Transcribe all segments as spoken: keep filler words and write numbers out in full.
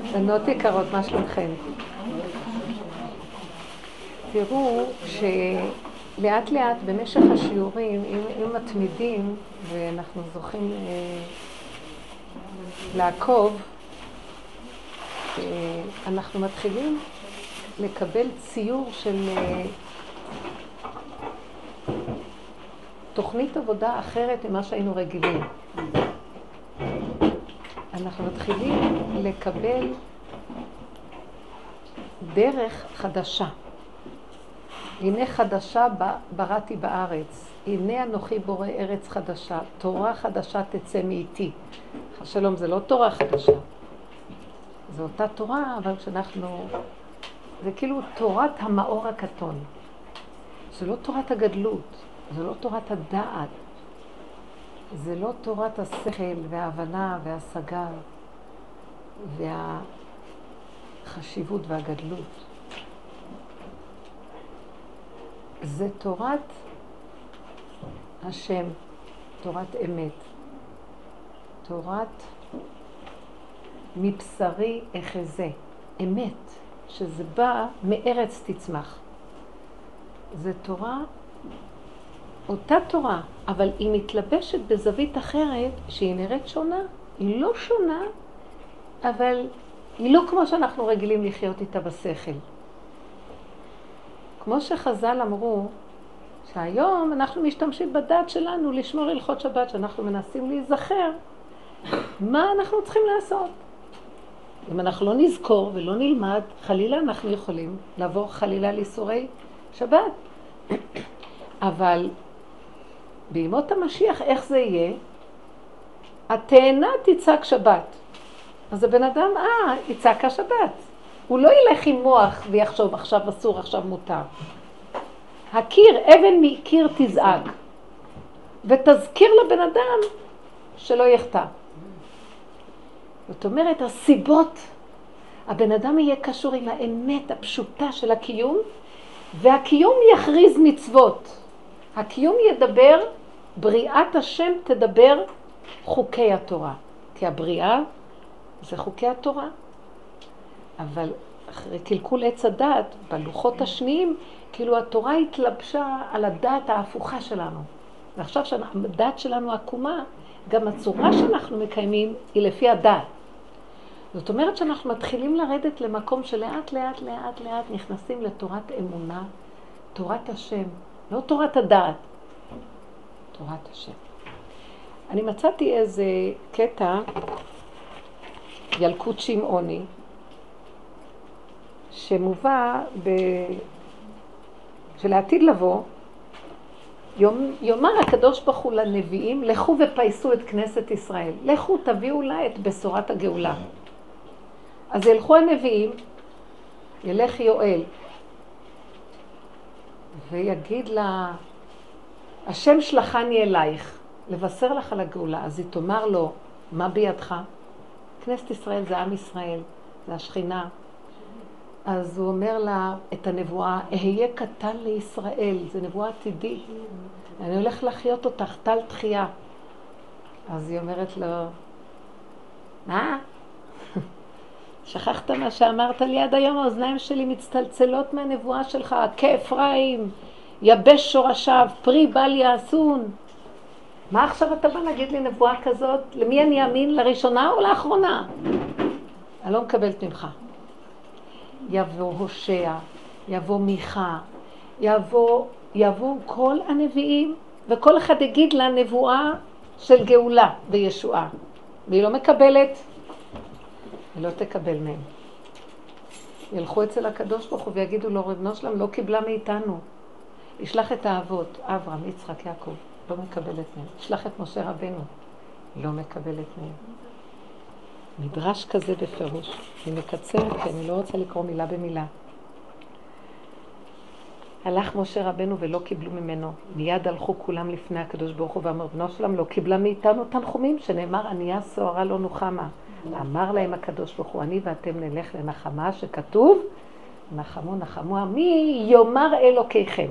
בנות יקרות, מה שלומכן? תראו שלאט לאט במשך השיעורים, אם, אם מתמידים ואנחנו זוכים אה, לעקוב, אה, אנחנו מתחילים לקבל ציור של אה, תוכנית עבודה אחרת ממה שהיינו רגילים. אנחנו מתחילים לקבל דרך חדשה. הנה חדשה בראתי בארץ, הנה אנוכי בורא ארץ חדשה, תורה חדשה תצא מאיתי. שלום, זה לא תורה חדשה, זו אותה תורה, אבל כשאנחנו, זה כאילו תורת המאור הקטון. זה לא תורת הגדלות, זה לא תורת הדעת, זה לא תורת השכל וההבנה וההשגה והחשיבות והגדלות. זה תורת השם, תורת אמת, תורת מבשרי אחזה, אמת, שזה בא מארץ תצמח. זה תורה, אותה תורה, אבל היא מתלבשת בזווית אחרת שהיא נראית שונה. היא לא שונה, אבל היא לא כמו שאנחנו רגילים לחיות איתה בשכל. כמו שחז"ל אמרו, שהיום אנחנו משתמשים בדעת שלנו לשמור הלכות שבת, שאנחנו מנסים להיזכר מה אנחנו צריכים לעשות. אם אנחנו לא נזכור ולא נלמד, חלילה אנחנו יכולים לעבור חלילה לאיסורי שבת. אבל בימות המשיח איך זה יהיה? התאנה תצעק שבת. אז הבן אדם, אה, יצעק השבת. הוא לא ילך עם מוח ויחשוב עכשיו אסור, עכשיו מותר. הקיר, אבן מקיר תזעק. ותזכיר לבן אדם שלא יחטא. זאת אומרת, הסיבות, הבן אדם יהיה קשור עם האמת הפשוטה של הקיום, והקיום יכריז מצוות. הקיום ידבר, בריאת השם תדבר חוקי התורה. כי הבריאה זה חוקי התורה. אבל אחרי קלקול עץ הדעת, בלוחות השניים, כאילו התורה התלבשה על הדעת ההפוכה שלנו. ועכשיו שהדעת שלנו עקומה, גם הצורה שאנחנו מקיימים היא לפי הדעת. זאת אומרת שאנחנו מתחילים לרדת למקום שלאט לאט לאט לאט נכנסים לתורת אמונה, תורת השם, לא תורת הדעת, תורת השם. אני מצאתי איזה קטע, ילקוט שמעוני, שמובא ב... שלעתיד לבוא, יום, יאמר הקדוש ברוך הוא לנביאים, לכו ופייסו את כנסת ישראל. לכו תביאו לה את בשורת הגאולה. אז ילכו הנביאים, ילך יואל, ויגיד לה, השם שלחני אלייך, לבשר לך על הגאולה. אז היא תאמר לו, מה בידך? כנסת ישראל זה עם ישראל, זה השכינה. אז הוא אומר לה את הנבואה, אהיה קטן לישראל, זה נבואה עתידית. אני הולך לחיות אותך, טל תחייה. אז היא אומרת לו, מה? שכחת מה שאמרת לי עד היום, האוזניים שלי מצטלצלות מהנבואה שלך, כאפרים, יבש שורשיו, פרי בל יעשון. מה עכשיו אתה בא להגיד לי נבואה כזאת? למי אני אאמין? לראשונה או לאחרונה? אני לא מקבלת ממך. יבוא הושע, יבוא מיכה, יבוא, יבוא כל הנביאים, וכל אחד יגיד לה נבואה של גאולה בישועה. והיא לא מקבלת, היא לא תקבל מהם. ילכו אצל הקדוש ברוך הוא ויגידו לו, רבנו שלם לא קיבלה מאיתנו. ישלח את האבות, אברהם, יצחק, יעקב, לא מקבלת מהם. ישלח את משה רבנו, לא מקבלת מהם. מדרש כזה בפירוש. אני מקצרת, כי אני לא רוצה לקרוא מילה במילה. הלך משה רבנו ולא קיבלו ממנו. מיד הלכו כולם לפני הקדוש ברוך הוא ואמר, בנו שלם לא קיבלה מאיתנו תנחומים, שנאמר, ענייה סוערה לא נוחמה. אמר להם הקדוש ברוך הוא, אני ואתם נלך לנחמה, שכתוב, נחמו נחמו, מי יאמר אלוקיכם.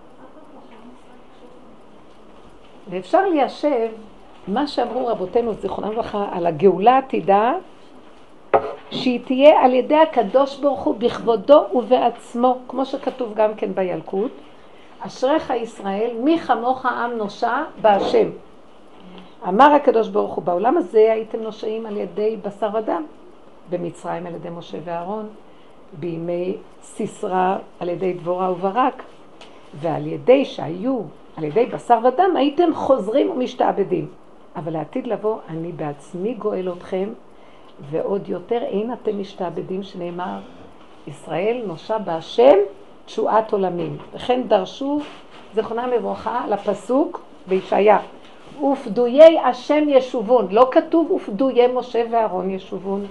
ואפשר ליישב מה שאמרו רבותינו זיכרונם לברכה על הגאולה העתידה, שהיא תהיה על ידי הקדוש ברוך הוא בכבודו ובעצמו, כמו שכתוב גם כן בילקוט, אשריך ישראל, מי כמוך עם נושע בהשם. אמר הקדוש ברוך הוא, בעולם הזה הייתם נושעים על ידי בשר ודם, במצרים על ידי משה ואהרון, בימי סיסרא על ידי דבורה וברק, ועל ידי שהיו, על ידי בשר ודם, הייתם חוזרים ומשתעבדים. אבל לעתיד לבוא, אני בעצמי גואל אתכם, ועוד יותר אין אתם משתעבדים, שנאמר, ישראל נושע בהשם תשועת עולמים. וכן דרשו זכרונם לברכה לפסוק בישעיה, ופדויי השם ישובון. לא כתוב ופדויי משה ואהרון ישובון,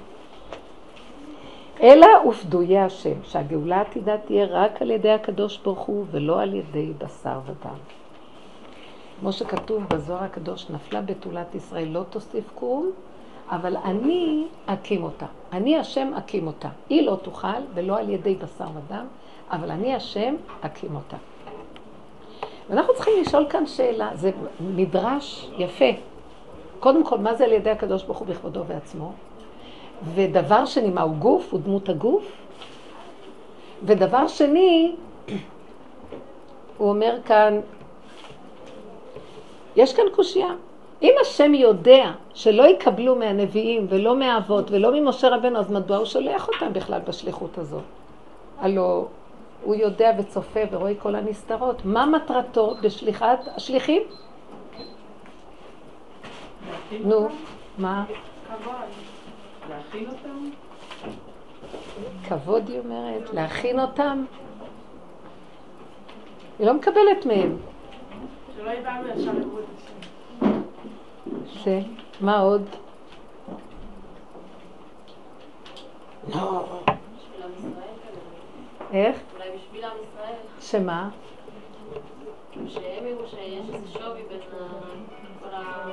אלא ופדויי השם, שהגאולה העתידה תהיה רק על ידי הקדוש ברוך הוא ולא על ידי בשר ודם. כמו שכתוב בזוהר הקדוש, נפלה בתולת ישראל לא תוסיף קום, אבל אני אקים אותה. אני השם אקים אותה. היא לא תוכל ולא על ידי בשר ודם, אבל אני השם אקים אותה. ואנחנו צריכים לשאול כאן שאלה, זה מדרש יפה. קודם כל, מה זה על ידי הקדוש ברוך הוא בכבודו ועצמו? ודבר שני, מה הוא גוף? הוא דמות הגוף? ודבר שני, הוא אומר כאן, יש כאן קושיה. אם השם יודע שלא יקבלו מהנביאים ולא מהאבות ולא ממשה רבנו, אז מדוע הוא שולח אותם בכלל בשליחות הזאת? הלא הוא יודע וצופה ורואה כל הנסתרות. מה מטרתו בשליחת השליחים? נו, מה? כבוד. להכין אותם? כבוד היא אומרת, להכין אותם? היא לא מקבלת מהם. שלא יבאנו ישר לבוד השם. ש... מה עוד? לא. בשביל עם ישראל כזה. איך? אולי בשביל עם ישראל. שמה? שהם יראו שיש איזה שווי בין כל ה...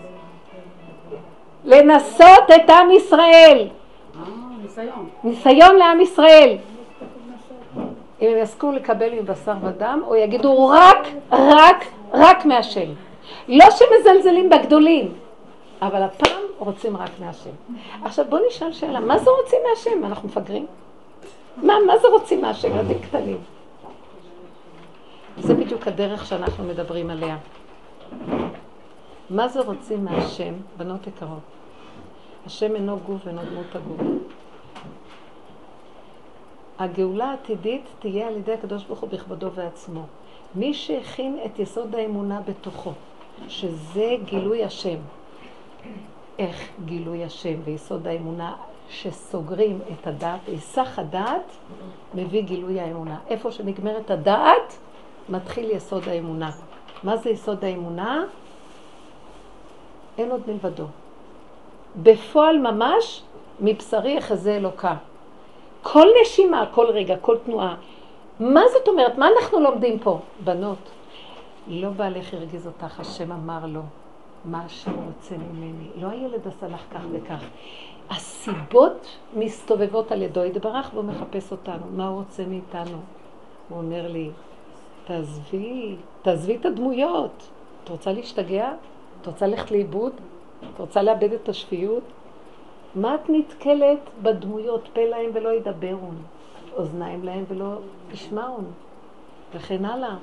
לנסות את עם ישראל. אה, ניסיון. ניסיון לעם ישראל. אם הם יסכו לקבל מבשר ודם, או יגידו רק, רק, רק מהשם. לא שמזלזלים בגדולים, אבל הפעם רוצים רק מהשם. עכשיו בוא נשאל שאלה, מה זה רוצים מהשם? אנחנו מפגרים? מה, מה זה רוצים מהשם? ילדים קטנים. זה בדיוק הדרך שאנחנו מדברים עליה. מה זה רוצים מהשם, בנות יקרות? השם אינו גוף ואינו דמות הגוף. הגאולה העתידית תהיה על ידי הקדוש ברוך הוא בכבודו ועצמו. מי שהכין את יסוד האמונה בתוכו, שזה גילוי השם. איך גילוי השם ויסוד האמונה שסוגרים את הדעת, היסח הדעת מביא גילוי האמונה. איפה שנגמרת הדעת, מתחיל יסוד האמונה. מה זה יסוד האמונה? אין עוד מלבדו. בפועל ממש, מבשרי יחזה אלוקה. כל נשימה, כל רגע, כל תנועה. מה זאת אומרת? מה אנחנו לומדים פה? בנות, לא בעלך הרגיז אותך, השם אמר לו, מה השם רוצה ממני? לא הילד עשה לך כך וכך. הסיבות מסתובבות על ידו, יתברך והוא מחפש אותנו. מה הוא רוצה מאיתנו? הוא אומר לי, תעזבי, תעזבי את הדמויות. את רוצה להשתגע? את רוצה ללכת לאיבוד? את רוצה לאבד את השפיות? מה את נתקלת בדמויות? פה להם ולא ידברון, אוזניים להם ולא ישמעון, וכן הלאה.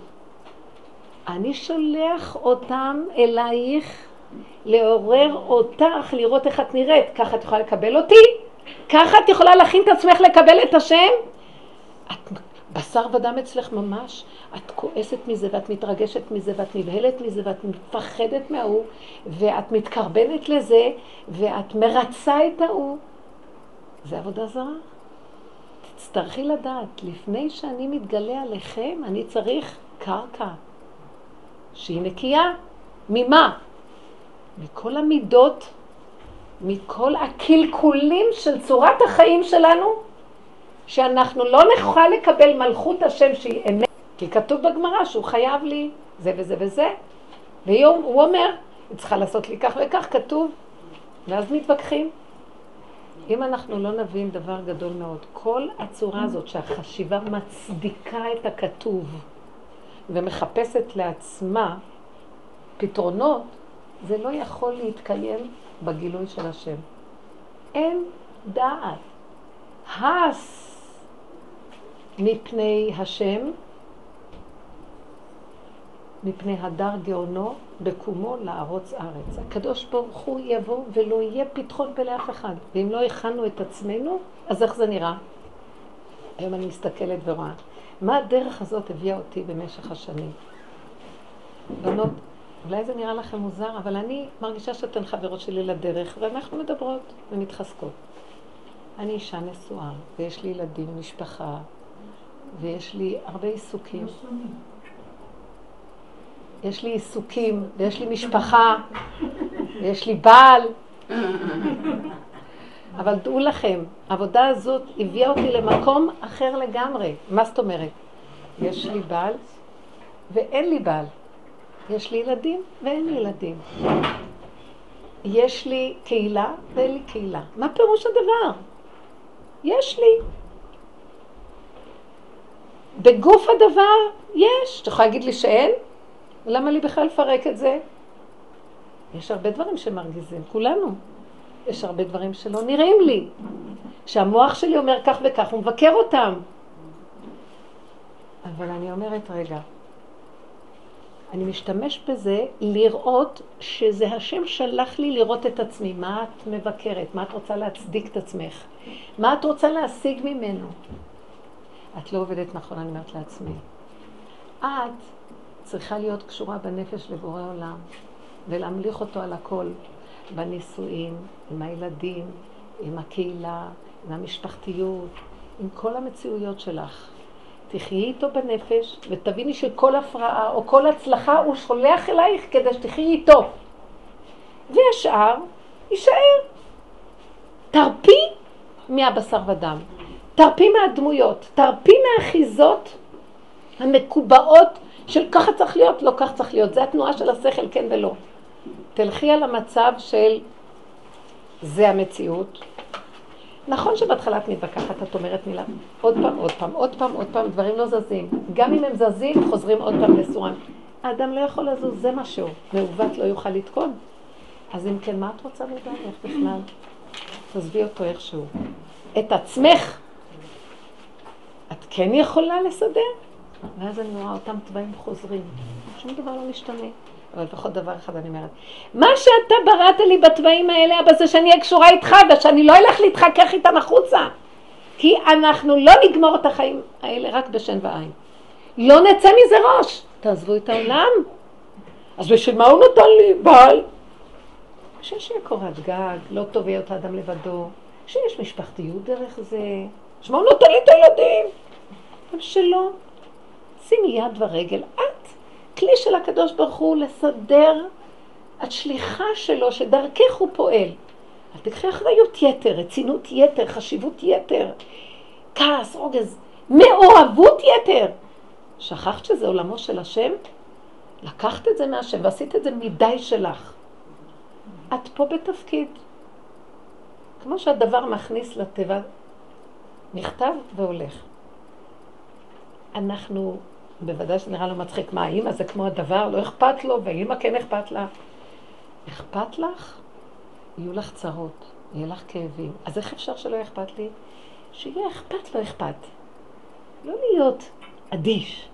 אני שולח אותם אלייך, לעורר אותך, לראות איך את נראית. ככה את יכולה לקבל אותי? ככה את יכולה להכין את עצמך לקבל את השם? את בשר ודם אצלך ממש, את כועסת מזה ואת מתרגשת מזה ואת נבהלת מזה ואת מפחדת מההוא ואת מתקרבנת לזה ואת מרצה את ההוא. זה עבודה זרה. תצטרכי לדעת, לפני שאני מתגלה עליכם, אני צריך קרקע שהיא נקייה. ממה? מכל המידות, מכל הקלקולים של צורת החיים שלנו, שאנחנו לא נוכל לקבל מלכות השם שהיא אמת, כי כתוב בגמרא שהוא חייב לי זה וזה וזה, ויום הוא אומר, היא צריכה לעשות לי כך וכך, כתוב, ואז מתווכחים. אם אנחנו לא נבין דבר גדול מאוד, כל הצורה הזאת שהחשיבה מצדיקה את הכתוב ומחפשת לעצמה פתרונות, זה לא יכול להתקיים בגילוי של השם. אין דעת. כעס מפני השם, מפני הדר גאונו, בקומו לארוץ ארץ. הקדוש ברוך הוא יבוא ולא יהיה פתחון פה לאף אחד. ואם לא הכנו את עצמנו, אז איך זה נראה? היום אני מסתכלת ורואה. מה הדרך הזאת הביאה אותי במשך השנים? בנות, אולי זה נראה לכם מוזר, אבל אני מרגישה שאתן חברות שלי לדרך, ואנחנו מדברות ומתחזקות. אני אישה נשואה, ויש לי ילדים, משפחה, ויש לי הרבה עיסוקים. יש לי עיסוקים, ויש לי משפחה, ויש לי בעל. אבל דעו לכם, העבודה הזאת הביאה אותי למקום אחר לגמרי. מה זאת אומרת? יש לי בעל ואין לי בעל. יש לי ילדים ואין לי ילדים. יש לי קהילה ואין לי קהילה. מה פירוש הדבר? יש לי. בגוף הדבר יש. אתה יכולה להגיד לי שאין? למה לי בכלל לפרק את זה? יש הרבה דברים שמרגיזים, כולנו. יש הרבה דברים שלא נראים לי. שהמוח שלי אומר כך וכך, הוא מבקר אותם. אבל אני אומרת, רגע, אני משתמש בזה לראות שזה השם שלח לי לראות את עצמי. מה את מבקרת? מה את רוצה להצדיק את עצמך? מה את רוצה להשיג ממנו? את לא עובדת נכון, אני אומרת לעצמי. את צריכה להיות קשורה בנפש לבורא עולם, ולהמליך אותו על הכל, בנישואים, עם הילדים, עם הקהילה, עם המשפחתיות, עם כל המציאויות שלך. תחיי איתו בנפש, ותביני שכל הפרעה או כל הצלחה הוא שולח אלייך כדי שתחיי איתו. והשאר יישאר. תרפי מהבשר ודם, תרפי מהדמויות, תרפי מהאחיזות המקובעות של ככה צריך להיות, לא ככה צריך להיות. זה התנועה של השכל, כן ולא. תלכי על המצב של זה המציאות. נכון שבהתחלה את מתווכחת, את אומרת מילה, עוד פעם, עוד פעם, עוד פעם, עוד פעם, דברים לא זזים. גם אם הם זזים, חוזרים עוד פעם לסורם. האדם לא יכול לזוז, זה משהו. מעוות לא יוכל לתקון. אז אם כן, מה את רוצה מבעלך בכלל? תעזבי אותו איכשהו. את עצמך, את כן יכולה לסדר? ואז אני רואה אותם טבעים חוזרים. שום דבר לא משתנה. אבל לפחות דבר אחד אני אומרת, מה שאתה בראת לי בטבעים האלה, אבל זה שאני אהיה קשורה איתך, ושאני לא אלך להתחכך איתם החוצה. כי אנחנו לא נגמור את החיים האלה רק בשן ועין. לא נצא מזה ראש. תעזבו את העולם. אז בשביל מה הוא נותן לי? בעל. שיש יהיה קורת גג, לא טוב להיות האדם לבדו. שיש משפחתיות דרך זה. שמה הוא נותן לי את הילדים? אבל שלא. שימי יד ורגל. את. כלי של הקדוש ברוך הוא לסדר את שליחה שלו שדרכך הוא פועל. אל תקחי אחריות יתר, רצינות יתר, חשיבות יתר, כעס, רוגז, מאוהבות יתר. שכחת שזה עולמו של השם? לקחת את זה מהשם ועשית את זה מדי שלך. את פה בתפקיד. כמו שהדבר מכניס לטבע, נכתב והולך. אנחנו... בוודאי שנראה לו מצחיק, מה, האמא זה כמו הדבר, לא אכפת לו, והאמא כן אכפת לה. אכפת לך? יהיו לך צרות, יהיה לך כאבים. אז איך אפשר שלא אכפת לי? שיהיה אכפת, לא אכפת. לא להיות אדיש.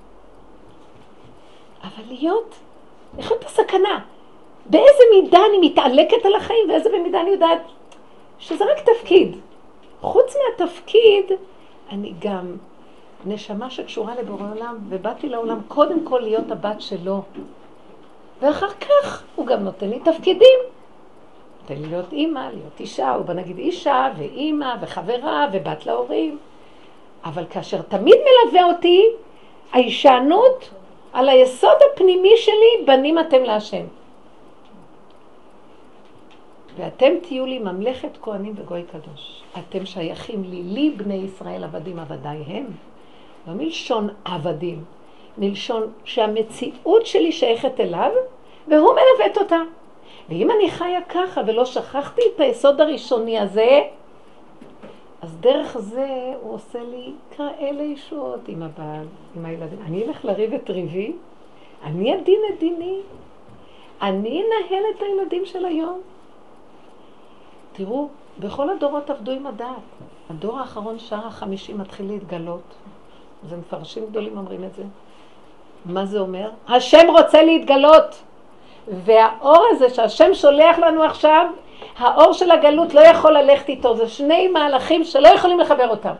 אבל להיות, לחיות בסכנה. באיזה מידה אני מתעלקת על החיים, ואיזה מידה אני יודעת שזה רק תפקיד. חוץ מהתפקיד, אני גם... נשמה שקשורה לבורא עולם, ובאתי לעולם קודם כל להיות הבת שלו. ואחר כך הוא גם נותן לי תפקידים. נותן לי להיות אימא, להיות אישה, הוא בא נגיד אישה ואימא וחברה ובת להורים. אבל כאשר תמיד מלווה אותי, האישנות על היסוד הפנימי שלי, בנים אתם להשם. ואתם תהיו לי ממלכת כהנים וגוי קדוש. אתם שייכים לי, לי בני ישראל עבדים עבדי הם. לא מלשון עבדים, מלשון שהמציאות שלי שייכת אליו, והוא מלווה אותה. ואם אני חיה ככה ולא שכחתי את היסוד הראשוני הזה, אז דרך זה הוא עושה לי כאלה ישועות עם הבעל, עם הילדים. אני אלך לריב את ריבי, אני הדין את דיני, אני אנהל את הילדים של היום. תראו, בכל הדורות עבדו עם הדעת. הדור האחרון, שער החמישי, מתחיל להתגלות. זה מפרשים גדולים אומרים את זה. מה זה אומר? השם רוצה להתגלות. והאור הזה שהשם שולח לנו עכשיו, האור של הגלות לא יכול ללכת איתו. זה שני מהלכים שלא יכולים לחבר אותם.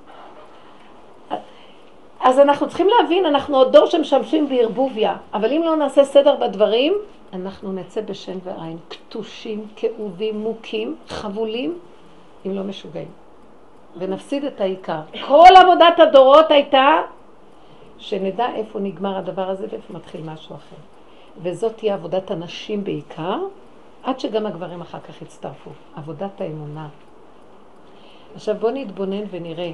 אז אנחנו צריכים להבין, אנחנו עוד דור שמשמשים בערבוביה, אבל אם לא נעשה סדר בדברים, אנחנו נצא בשן ועין, כתושים, כאובים, מוכים, חבולים, אם לא משוגעים. ונפסיד את העיקר. כל עבודת הדורות הייתה שנדע איפה נגמר הדבר הזה ואיפה מתחיל משהו אחר. וזאת תהיה עבודת הנשים בעיקר, עד שגם הגברים אחר כך יצטרפו. עבודת האמונה. עכשיו בוא נתבונן ונראה.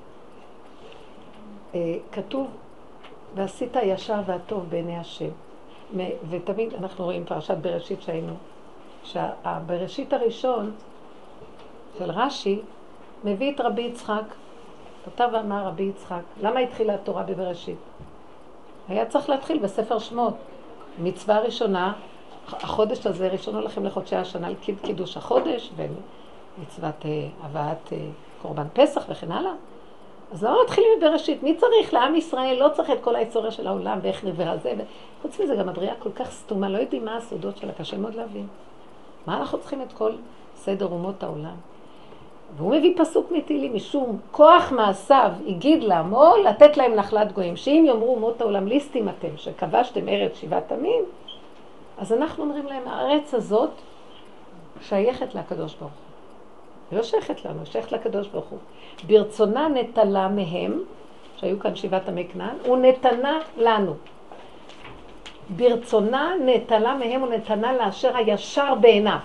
כתוב, ועשית הישר והטוב בעיני השם. ותמיד אנחנו רואים פרשת בראשית שהיינו, שהבראשית הראשון של רש"י מביא את רבי יצחק. כתב ואמר רבי יצחק, למה התחילה התורה בבראשית? היה צריך להתחיל בספר שמות. מצווה ראשונה, החודש הזה ראשון הולכים לחודשי השנה לקידוש החודש, ומצוות הבאת קורבן פסח וכן הלאה. אז למה מתחילים בבראשית? מי צריך? לעם ישראל לא צריך את כל ההיסטוריה של העולם ואיך נברא זה. חוץ מזה גם הבריאה כל כך סתומה, לא יודעים מה הסודות שלה, קשה מאוד להבין. מה אנחנו צריכים את כל סדר אומות העולם? והוא מביא פסוק מתהילים, משום כוח מעשיו הגיד לעמו לתת להם נחלת גויים, שאם יאמרו אומות העולם ליסטים אתם, שכבשתם ארץ שבעת עמים, אז אנחנו אומרים להם, הארץ הזאת שייכת לקדוש ברוך הוא. היא לא שייכת לנו, היא שייכת לקדוש ברוך הוא. ברצונה נטלה מהם, שהיו כאן שבעת עמי כנען, הוא נתנה לנו. ברצונה נטלה מהם, הוא נתנה לאשר הישר בעיניו.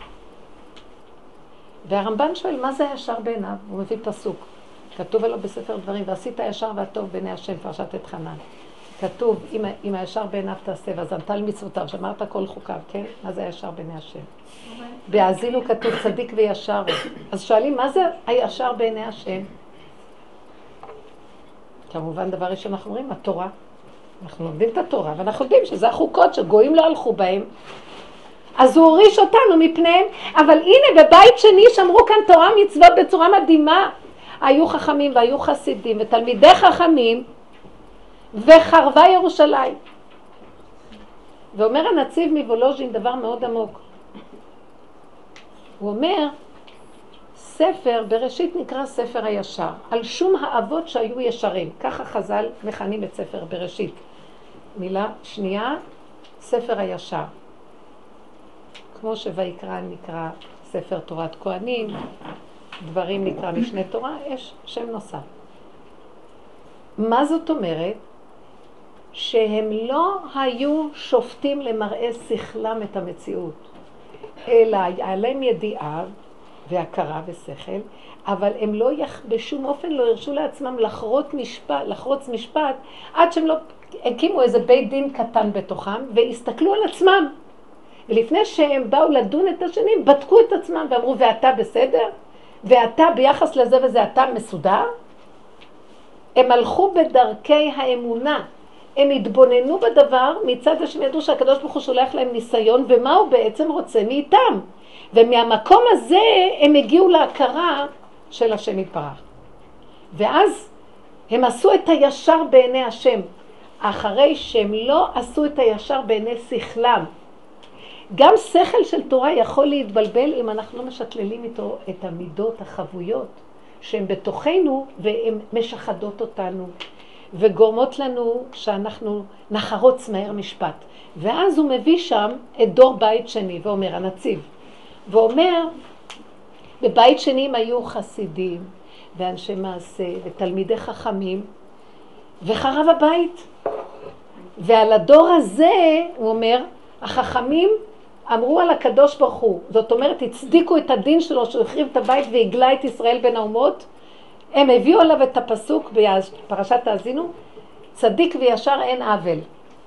והרמב"ן שואל, מה זה הישר בעיניו? הוא מביא פסוק. כתוב עליו בספר דברים, ועשית הישר והטוב בעיני השם, פרשת את חנן. כתוב, אם, אם הישר בעיניו תעשה, ועזרת על מצוותיו, שמרת כל חוקיו, כן? מה זה הישר בעיני השם? בהאזינו כתוב צדיק וישר. אז שואלים, מה זה הישר בעיני השם? כמובן, דבר ראשון אנחנו אומרים, התורה. אנחנו לומדים את התורה, ואנחנו יודעים שזה החוקות שגויים לא הלכו בהם. אז הוא הוריש אותנו מפניהם, אבל הנה בבית שני שמרו כאן תורה מצוות בצורה מדהימה. היו חכמים והיו חסידים ותלמידי חכמים, וחרבה ירושלים. ואומר הנציב מוולוז'ין דבר מאוד עמוק. הוא אומר, ספר בראשית נקרא ספר הישר, על שום האבות שהיו ישרים. ככה חז"ל מכנים את ספר בראשית. מילה שנייה, ספר הישר. כמו שויקרא נקרא ספר תורת כהנים, דברים נקרא משנה תורה, יש שם נוסף. מה זאת אומרת? שהם לא היו שופטים למראה שכלם את המציאות, אלא היה להם ידיעה והכרה ושכל, אבל הם לא יח... בשום אופן לא הרשו לעצמם לחרוץ משפט, לחרוץ משפט, עד שהם לא הקימו איזה בית דין קטן בתוכם, והסתכלו על עצמם. ולפני שהם באו לדון את השנים, בדקו את עצמם ואמרו, ואתה בסדר? ואתה ביחס לזה וזה אתה מסודר? הם הלכו בדרכי האמונה. הם התבוננו בדבר, מצד השני ידעו שהקדוש ברוך הוא שולח להם ניסיון, ומה הוא בעצם רוצה מאיתם. ומהמקום הזה הם הגיעו להכרה של השם יתברך. ואז הם עשו את הישר בעיני השם, אחרי שהם לא עשו את הישר בעיני שכלם. גם שכל של תורה יכול להתבלבל אם אנחנו לא משקללים איתו את המידות החבויות שהן בתוכנו והן משחדות אותנו וגורמות לנו שאנחנו נחרוץ מהר משפט. ואז הוא מביא שם את דור בית שני ואומר הנציב, ואומר בבית שני הם היו חסידים ואנשי מעשה ותלמידי חכמים וחרב הבית. ועל הדור הזה הוא אומר החכמים אמרו על הקדוש ברוך הוא, זאת אומרת הצדיקו את הדין שלו שהוא החריב את הבית והגלה את ישראל בין האומות. הם הביאו עליו את הפסוק בפרשת האזינו, צדיק וישר אין עוול.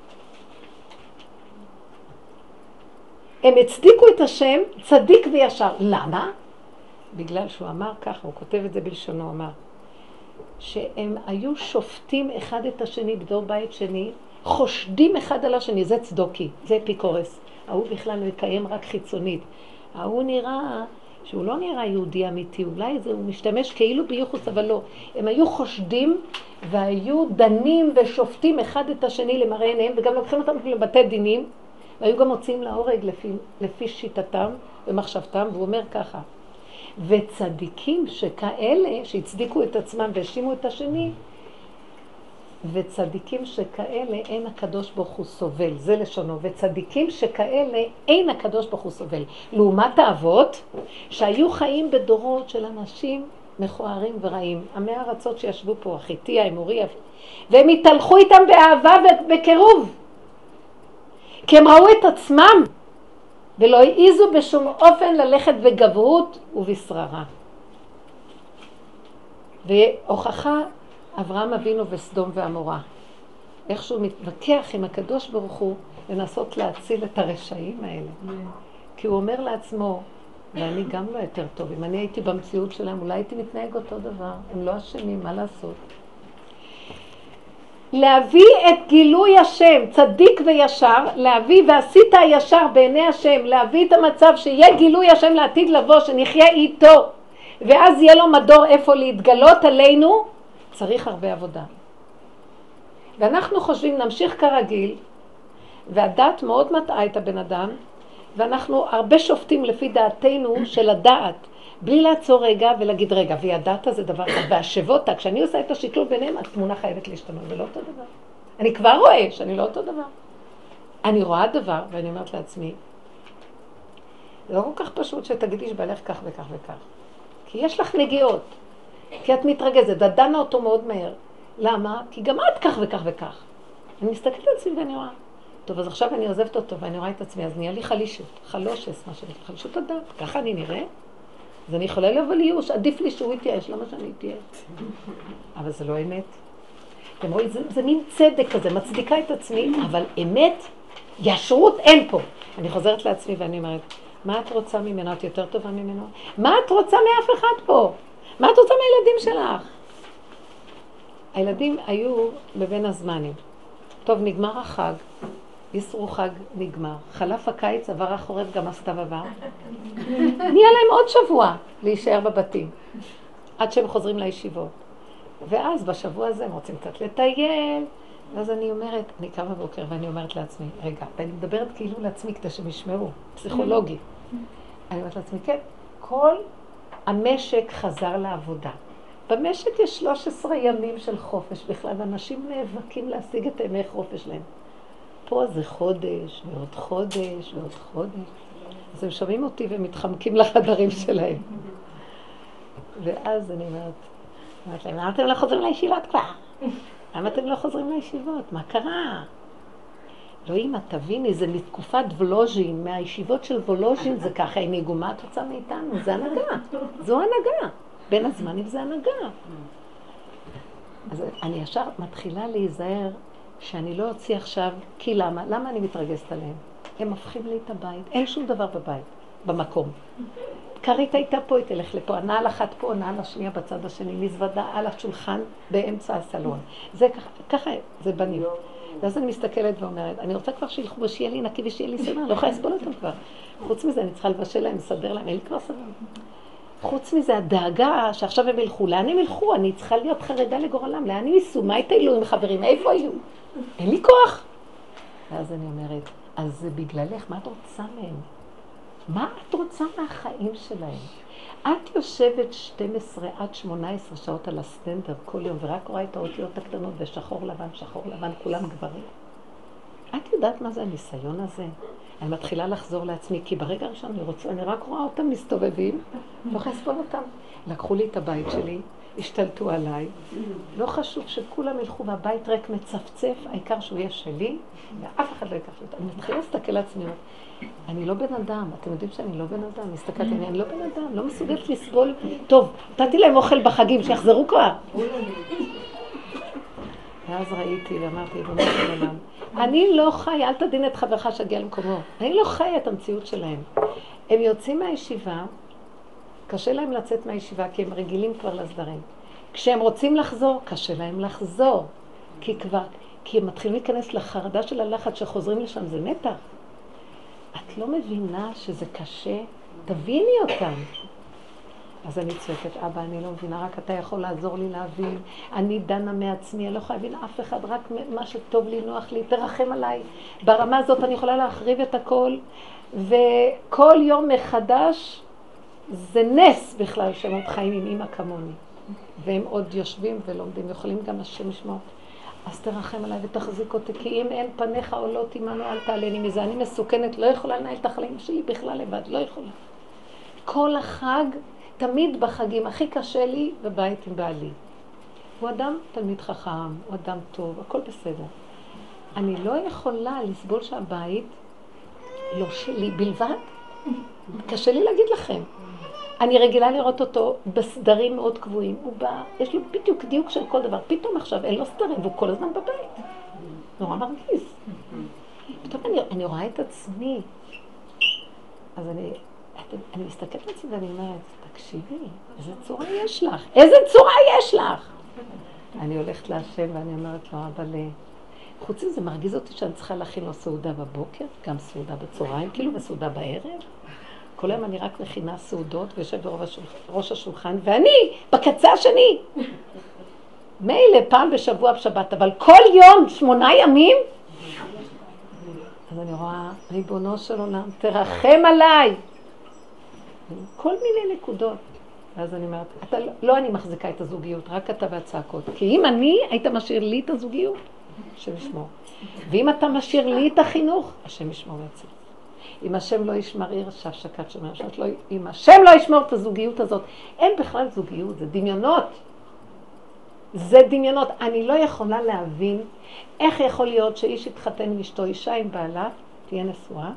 הם הצדיקו את השם צדיק וישר. למה? בגלל שהוא אמר ככה, הוא כותב את זה בלשונו, הוא אמר שהם היו שופטים אחד את השני בדור בית שני, חושדים אחד על השני, זה צדוקי, זה אפיקורס. ההוא בכלל לא יקיים רק חיצונית. ההוא נראה שהוא לא נראה יהודי אמיתי, אולי זה, הוא משתמש כאילו ביוחוס, אבל לא. הם היו חושדים והיו דנים ושופטים אחד את השני למראה עיניהם, וגם לוקחים אותם לבתי דינים, והיו גם מוצאים להורג לפי, לפי שיטתם ומחשבתם, והוא אומר ככה, וצדיקים שכאלה, שהצדיקו את עצמם והאשימו את השני, וצדיקים שכאלה אין הקדוש ברוך הוא סובל, זה לשונו, וצדיקים שכאלה אין הקדוש ברוך הוא סובל. לעומת האבות שהיו חיים בדורות של אנשים מכוערים ורעים, עמי הארצות שישבו פה, החיתי, האמורי, והם התהלכו איתם באהבה ובקירוב, כי הם ראו את עצמם ולא העיזו בשום אופן ללכת בגבהות ובשררה. והוכחה אברהם אבינו וסדום ועמורה, איך שהוא מתווכח עם הקדוש ברוך הוא לנסות להציל את הרשעים האלה. כי הוא אומר לעצמו, ואני גם לא יותר טוב, אם אני הייתי במציאות שלהם, אולי הייתי מתנהג אותו דבר, הם לא אשמים, מה לעשות? להביא את גילוי השם, צדיק וישר, להביא ועשית הישר בעיני השם, להביא את המצב שיהיה גילוי השם לעתיד לבוא, שנחיה איתו, ואז יהיה לו מדור איפה להתגלות עלינו, צריך הרבה עבודה. ואנחנו חושבים, נמשיך כרגיל, והדעת מאוד מטעה את הבן אדם, ואנחנו הרבה שופטים לפי דעתנו של הדעת, בלי לעצור רגע ולהגיד רגע, והדעת הזה דבר אחד, והשבותה, כשאני עושה את השקלול ביניהם, התמונה חייבת להשתנות, ולא אותו דבר. אני כבר רואה שאני לא אותו דבר. אני רואה דבר, ואני אומרת לעצמי, זה לא כל כך פשוט שתגידי שבעלך כך וכך וכך. כי יש לך נגיעות, כי את מתרגזת, את דנה אותו מאוד מהר. למה? כי גם את כך וכך וכך. אני מסתכלת על עצמי ואני רואה, טוב, אז עכשיו אני עוזבת אותו ואני רואה את עצמי, אז נהיה לי חלישות, חלושס, מה שאני, חלישות הדת, ככה אני נראה. אז אני יכולה לבוא ליוש, עדיף לי שהוא יתייאש, למה שאני אתייאש? אבל זה לא אמת. אתם רואים, זה, זה מין צדק כזה, מצדיקה את עצמי, אבל אמת, ישרות אין פה. אני חוזרת לעצמי ואני אומרת, מה את רוצה ממנו? את יותר טובה ממנו? מה את רוצה מאף אחד פה? מה את רוצה מהילדים שלך? הילדים היו בבין הזמנים. טוב, נגמר החג, יסרו חג נגמר. חלף הקיץ, עבר החורף, גם הסתיו עבר. נהיה להם עוד שבוע להישאר בבתים, עד שהם חוזרים לישיבות. ואז בשבוע הזה הם רוצים קצת לטייל. ואז אני אומרת, אני קמה בבוקר ואני אומרת לעצמי, רגע, ואני מדברת כאילו לעצמי כדי שהם ישמעו, פסיכולוגי. אני אומרת לעצמי, כן, כל המשק חזר לעבודה. במשק יש שלושה עשר ימים של חופש בכלל, ואנשים נאבקים להשיג את הימי חופש להם. פה זה חודש, ועוד חודש, ועוד חודש. אז הם שומעים אותי ומתחמקים לחדרים שלהם. ואז אני אומרת, אומרת להם, למה אתם לא חוזרים לישיבות כבר? למה אתם לא חוזרים לישיבות? מה קרה? לא אמא, תביני, זה מתקופת וולוז'ין, מהישיבות של וולוז'ין זה ככה, הם יגעו, מה את רוצה מאיתנו? זה הנהגה, זו הנהגה. בין הזמנים זה הנהגה. אז אני ישר מתחילה להיזהר שאני לא אוציא עכשיו, כי למה? למה אני מתרגזת עליהם? הם הופכים לי את הבית, אין שום דבר בבית, במקום. קרית הייתה פה, היא תלך לפה, הנעל אחת פה, הנעל השנייה בצד השני, מזוודה על השולחן באמצע הסלון. זה ככה, ככה זה בנים. ואז אני מסתכלת ואומרת, אני רוצה כבר שילכו ושיהיה לי נקי ושיהיה לי סדר, לא יכולה לסבול אותם כבר. חוץ מזה, אני צריכה לבשל להם, לסדר להם, אין לי כבר סדר. חוץ מזה, הדאגה שעכשיו הם ילכו, לאן הם ילכו? אני צריכה להיות חרדה לגורלם, לאן הם ייסעו? מה יטיילו עם חברים? איפה היו? אין לי כוח. ואז אני אומרת, אז זה בגללך, מה את רוצה מהם? מה את רוצה מהחיים שלהם? את יושבת שתים עשרה עד שמונה עשרה שעות על הסטנדר כל יום, ורק רואה את האותיות הקטנות ושחור לבן, שחור לבן, כולם גברים. את יודעת מה זה הניסיון הזה? אני מתחילה לחזור לעצמי, כי ברגע הראשון אני רוצה, אני רק רואה אותם מסתובבים, לא יכולה לסבול אותם. לקחו לי את הבית שלי, השתלטו עליי, לא חשוב שכולם ילכו והבית ריק מצפצף, העיקר שהוא יהיה שלי, ואף אחד לא ייקח לי אותם. אני מתחילה להסתכל לעצמי, אני לא בן אדם, אתם יודעים שאני לא בן אדם, הסתכלתי, אני לא בן אדם, לא מסוגלת לסבול. טוב, נתתי להם אוכל בחגים, שיחזרו כבר. ואז ראיתי ואמרתי, במה של עולם, אני לא חי, אל תדין את חברך שהגיע למקומו. אני לא חי את המציאות שלהם. הם יוצאים מהישיבה, קשה להם לצאת מהישיבה, כי הם רגילים כבר לסדרים. כשהם רוצים לחזור, קשה להם לחזור. כי כבר, כי הם מתחילים להיכנס לחרדה של הלחץ שחוזרים לשם, זה מתח. את לא מבינה שזה קשה? תביני אותם. אז אני צועקת, אבא, אני לא מבינה, רק אתה יכול לעזור לי להבין. אני דנה מעצמי, אני לא יכולה להבין אף אחד, רק מה שטוב לי, נוח לי, תרחם עליי. ברמה הזאת אני יכולה להחריב את הכל, וכל יום מחדש זה נס בכלל שהם עוד חיים עם אמא כמוני. והם עוד יושבים ולומדים, יכולים גם השם לשמוע. אז תרחם עליי ותחזיק אותי, כי אם אין פניך עולות עמנו, אל תעלני מזה. אני מסוכנת, לא יכולה לנהל את החיים שלי בכלל לבד, לא יכולה. כל החג, תמיד בחגים, הכי קשה לי בבית עם בעלי. הוא אדם תלמיד חכם, הוא אדם טוב, הכל בסדר. אני לא יכולה לסבול שהבית לא שלי בלבד. קשה לי להגיד לכם. אני רגילה לראות אותו בסדרים מאוד קבועים. הוא בא, יש לו בדיוק דיוק של כל דבר. פתאום עכשיו אין לו סדרים, והוא כל הזמן בבית. נורא מרגיז. פתאום אני, אני רואה את עצמי. אז אני, אני מסתכלת על עצמי ואני אומרת, תקשיבי, איזה צורה יש לך? איזה צורה יש לך? אני הולכת להשם ואני אומרת לו, אבל חוץ מזה מרגיז אותי שאני צריכה להכין לו סעודה בבוקר, גם סעודה בצהריים, כאילו וסעודה בערב. כל היום אני רק מכינה סעודות ויושב בראש השולחן, ואני בקצה השני. מילא פעם בשבוע בשבת, אבל כל יום, שמונה ימים. אז אני רואה, ריבונו של עולם, תרחם עליי. כל מיני נקודות. ואז אני אומרת, אתה, לא אני מחזיקה את הזוגיות, רק אתה והצעקות. כי אם אני, היית משאיר לי את הזוגיות, השם ישמור. ואם אתה משאיר לי את החינוך, השם ישמור לעצמי. אם השם לא ישמר עיר, שף שקת שומר, לא, אם השם לא ישמור את הזוגיות הזאת, אין בכלל זוגיות, זה דמיונות. זה דמיונות. אני לא יכולה להבין איך יכול להיות שאיש יתחתן עם אשתו, אישה עם בעלה, תהיה נשואה,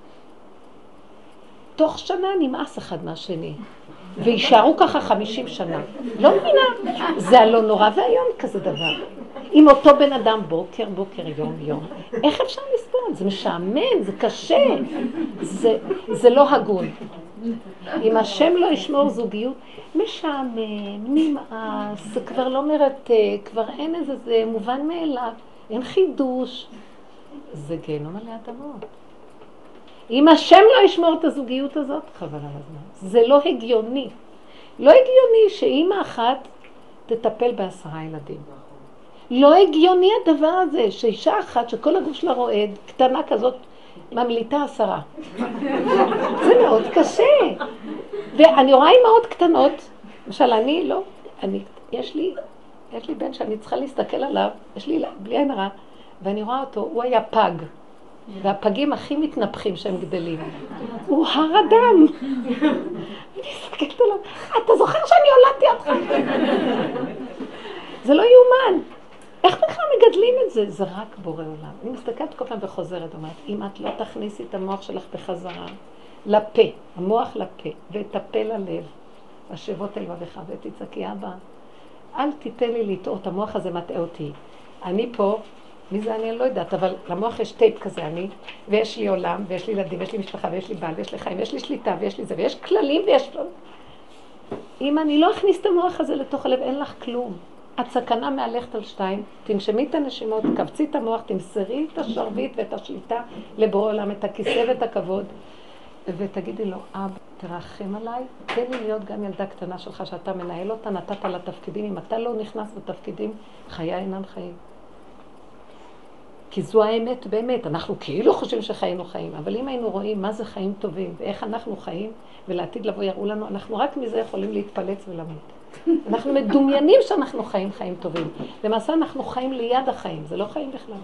תוך שנה נמאס אחד מהשני, וישארו ככה חמישים שנה. לא מבינה, זה הלא נורא והיום כזה דבר. עם אותו בן אדם בוקר, בוקר, יום, יום. איך אפשר לסבול? זה משעמם, זה קשה, זה, זה לא הגון. אם השם לא ישמור זוגיות, משעמם, נמאס, זה כבר לא מרתק, כבר אין איזה, זה מובן מאליו, אין חידוש. זה גיהנום עלי אדמות. אם השם לא ישמור את הזוגיות הזאת, חבל על הזמן. זה לא הגיוני. לא הגיוני שאמא אחת תטפל בעשרה ילדים. לא הגיוני הדבר הזה, שאישה אחת שכל הגוף שלה רועד, קטנה כזאת, ממליטה עשרה. זה מאוד קשה. ואני רואה אמהות קטנות, למשל אני לא, אני, יש לי, יש לי בן שאני צריכה להסתכל עליו, יש לי בלי עין הרע, ואני רואה אותו, הוא היה פג. והפגים הכי מתנפחים שהם גדלים. הוא הר אדם. אני מסתכלת עליו, אתה זוכר שאני הולדתי אותך? זה לא יאומן. איך בכלל מגדלים את זה? זה רק בורא עולם. אני מסתכלת כל פעם וחוזרת, אומרת, אם את לא תכניסי את המוח שלך בחזרה, לפה, המוח לפה, ואת הפה ללב, השבות אל לבבך, ותצעקי, אבא, אל תיתן לי לטעות, המוח הזה מטעה אותי. אני פה, מי זה אני? אני לא יודעת, אבל למוח יש טייפ כזה, אני, ויש לי עולם, ויש לי ילדים, ויש לי משפחה, ויש לי בעל, ויש לי חיים, ויש לי שליטה, ויש לי זה, ויש כללים, ויש... אם אני לא אכניס את המוח הזה לתוך הלב, אין לך כלום. את סכנה מהלכת על שתיים, תנשמי את הנשימות, קבצי את המוח, תמסרי את השרביט ואת השליטה לבורא עולם, את הכיסא ואת הכבוד, ותגידי לו, אבא, תרחם עליי, תן לי להיות גם ילדה קטנה שלך שאתה מנהל אותה, נתת לה תפקידים, אם אתה לא נכנס בתפקידים, חיי אינם חיים. כי זו האמת באמת, אנחנו כאילו חושבים שחיינו חיים, אבל אם היינו רואים מה זה חיים טובים ואיך אנחנו חיים, ולעתיד לבוא יראו לנו, אנחנו רק מזה יכולים להתפלץ ולמות. אנחנו מדומיינים שאנחנו חיים חיים טובים. למעשה אנחנו חיים ליד החיים, זה לא חיים בכלל.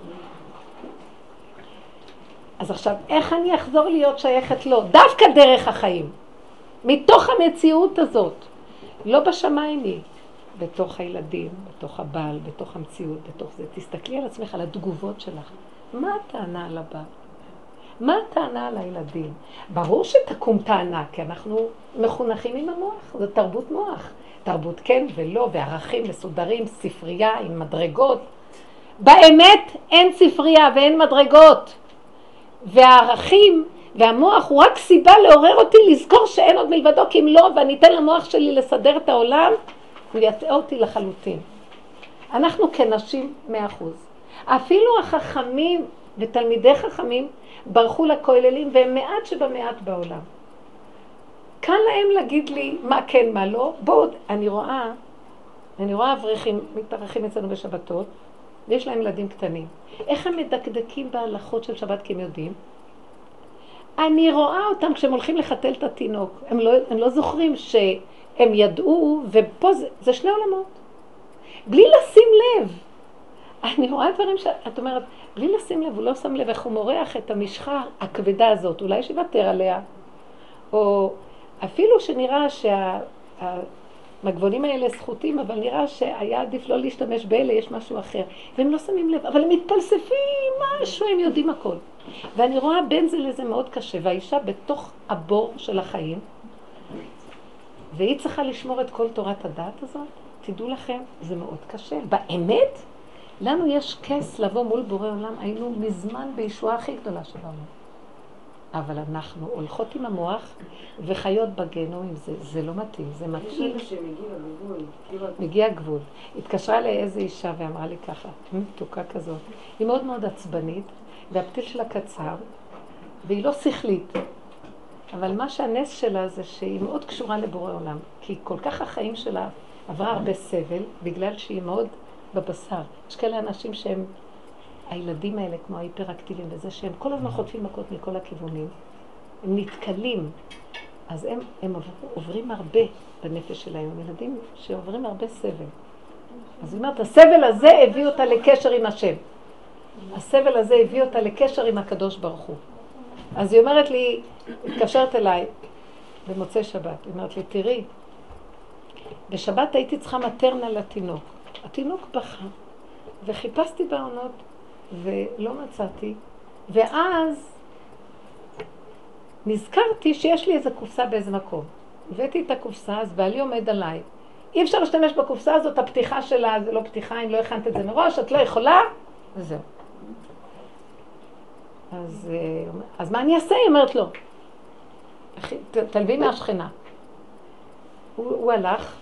אז עכשיו, איך אני אחזור להיות שייכת לו? דווקא דרך החיים. מתוך המציאות הזאת. לא בשמיים היא. בתוך הילדים, בתוך הבעל, בתוך המציאות, בתוך זה. תסתכלי על עצמך, על התגובות שלך. מה הטענה על הבעל? מה הטענה על הילדים? ברור שתקום טענה, כי אנחנו מחונכים עם המוח. זו תרבות מוח. תרבות כן ולא, וערכים מסודרים, ספרייה עם מדרגות. באמת אין ספרייה ואין מדרגות. והערכים והמוח הוא רק סיבה לעורר אותי לזכור שאין עוד מלבדו, כי אם לא, ואני אתן למוח שלי לסדר את העולם, הוא יטעה אותי לחלוטין. אנחנו כנשים מאה אחוז. אפילו החכמים ותלמידי חכמים ברחו לכוללים, והם מעט שבמעט בעולם. קל להם להגיד לי מה כן, מה לא. בואו, אני רואה, אני רואה אברכים מתארחים אצלנו בשבתות, ויש להם ילדים קטנים. איך הם מדקדקים בהלכות של שבת כי הם יודעים? אני רואה אותם כשהם הולכים לחתל את התינוק. הם לא, הם לא זוכרים שהם ידעו, ופה זה, זה שני עולמות. בלי לשים לב. אני רואה דברים שאת אומרת, בלי לשים לב, הוא לא שם לב איך הוא מורח את המשחה הכבדה הזאת. אולי שיוותר עליה. או אפילו שנראה שהמגבונים האלה זכותים, אבל נראה שהיה עדיף לא להשתמש באלה, יש משהו אחר. והם לא שמים לב, אבל הם מתפלספים משהו, הם יודעים הכל. ואני רואה בין זה לזה מאוד קשה, והאישה בתוך הבור של החיים, והיא צריכה לשמור את כל תורת הדעת הזאת. תדעו לכם, זה מאוד קשה. באמת, לנו יש כס לבוא מול בורא עולם, היינו מזמן בישועה הכי גדולה שלנו. אבל אנחנו הולכות עם המוח וחיות בגנום עם זה, זה לא מתאים, זה מתאים. מגיע גבול. התקשרה לאיזו אישה ואמרה לי ככה, מתוקה כזאת. היא מאוד מאוד עצבנית, והפתיל שלה קצר, והיא לא שכלית. אבל מה שהנס שלה זה שהיא מאוד קשורה לבורא עולם, כי כל כך החיים שלה עברה הרבה סבל, בגלל שהיא מאוד בבשר. יש כאלה אנשים שהם, הילדים האלה כמו ההיפראקטיביים וזה, שהם כל הזמן חוטפים מכות מכל הכיוונים, הם נתקלים, אז הם, הם עוברים הרבה בנפש שלהם, הם ילדים שעוברים הרבה סבל. אז היא אומרת, הסבל הזה הביא אותה לקשר עם השם. הסבל הזה הביא אותה לקשר עם הקדוש ברוך הוא. אז היא אומרת לי, התקשרת אליי במוצאי שבת, היא אומרת לי, תראי, בשבת הייתי צריכה מטרנה לתינוק. התינוק בכה, וחיפשתי בעונות, ולא מצאתי, ואז נזכרתי שיש לי איזו קופסה באיזה מקום. הבאתי את הקופסה, אז בעלי עומד עליי. אי אפשר להשתמש בקופסה הזאת, הפתיחה שלה, זה לא פתיחה, אם לא הכנת את זה מראש, את לא יכולה, וזהו. אז, אז מה אני אעשה? היא אומרת לו, תלוי מהשכנה. הוא, הוא הלך,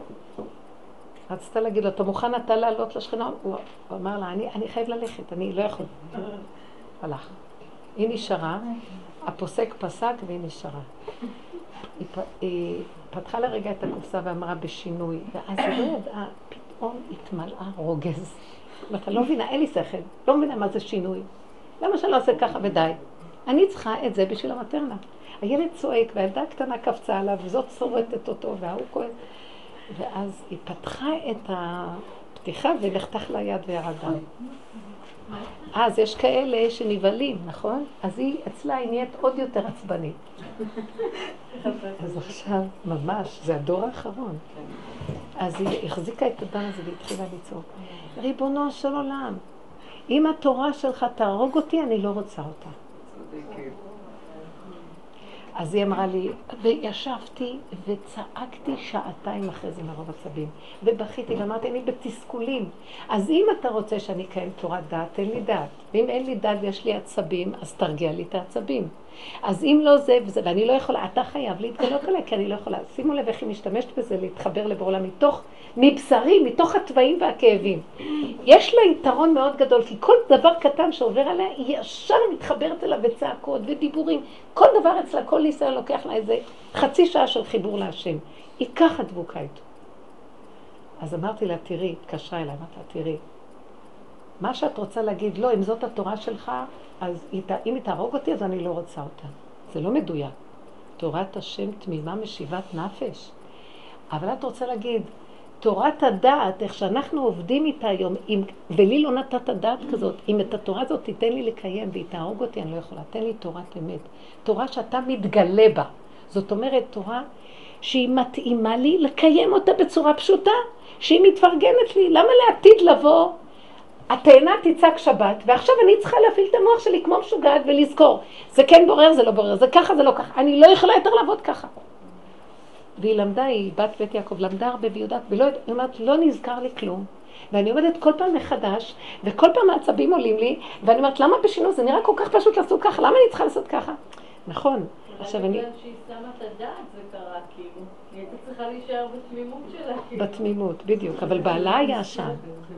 רצתה להגיד לו, אתה מוכן אתה לעלות לשכנה? הוא, הוא אמר לה, אני, אני חייב ללכת, אני לא יכול. הלך. היא נשארה, הפוסק פסק והיא נשארה. היא, היא פתחה לרגע את הקופסה ואמרה בשינוי, ואז היא לא ידעה, פתאום התמלאה רוגז. ואתה לא מבינה, אין לי שכל, לא מבינה מה זה שינוי. למה שאני לא עושה ככה ודי? אני צריכה את זה בשביל המטרנה. הילד צועק והילדה הקטנה קפצה עליו, וזאת שורטת אותו והוא כועס. ואז היא פתחה את הפתיחה ונחתך לה יד וירדה. אז יש כאלה שנבלים, נכון? אז היא אצלה היא נהיית עוד יותר עצבנית. אז עכשיו, ממש, זה הדור האחרון. אז היא החזיקה את הדם הזה והתחילה לצעוק. ריבונו של עולם, אם התורה שלך תהרוג אותי, אני לא רוצה אותה. אז היא אמרה לי, וישבתי וצעקתי שעתיים אחרי זה מרוב עצבים. ובכיתי ואמרתי, אני בתסכולים. אז אם אתה רוצה שאני אקיים תורת דעת, תן לי דעת. ואם אין לי דעת ויש לי עצבים, אז תרגיע לי את העצבים. אז אם לא זה וזה, ואני לא יכולה, אתה חייב להתגלות עליי, כי אני לא יכולה. שימו לב איך היא משתמשת בזה, להתחבר לבורלה מתוך, מבשרי, מתוך הטבעים והכאבים. יש לה יתרון מאוד גדול, כי כל דבר קטן שעובר עליה, היא ישר מתחברת אליו בצעקות ודיבורים. כל דבר אצלה, כל ניסיון לוקח לה איזה חצי שעה של חיבור להשם. היא ככה דבוקה איתו. אז אמרתי לה, תראי, התקשרה אליי, אמרתי לה, תראי, מה שאת רוצה להגיד, לא, אם זאת התורה שלך, אז אם היא תהרוג אותי, אז אני לא רוצה אותה. זה לא מדויק. תורת השם תמימה משיבת נפש. אבל את רוצה להגיד, תורת הדעת, איך שאנחנו עובדים איתה היום, אם, ולי לא נתת דעת כזאת, אם את התורה הזאת תיתן לי לקיים והיא תהרוג אותי, אני לא יכולה. תן לי תורת אמת. תורה שאתה מתגלה בה. זאת אומרת, תורה שהיא מתאימה לי לקיים אותה בצורה פשוטה, שהיא מתפרגנת לי. למה לעתיד לבוא? התאנה תצעק שבת, ועכשיו אני צריכה להפעיל את המוח שלי כמו משוגעת ולזכור. זה כן בורר, זה לא בורר, זה ככה, זה לא ככה. אני לא יכולה יותר לעבוד ככה. והיא למדה, היא בת בית יעקב, למדה הרבה ויודעת, ולא, היא אומרת, לא נזכר לי כלום. ואני עומדת כל פעם מחדש, וכל פעם העצבים עולים לי, ואני אומרת, למה בשינוי? זה נראה כל כך פשוט לעשות ככה, למה אני צריכה לעשות ככה? נכון. עכשיו אני... בגלל שהיא שמה את הדעת זה קרה, כאילו. היא הייתה צריכה להישאר בתמימות שלה. בתמימות, בדיוק, אבל בעלה היה שם.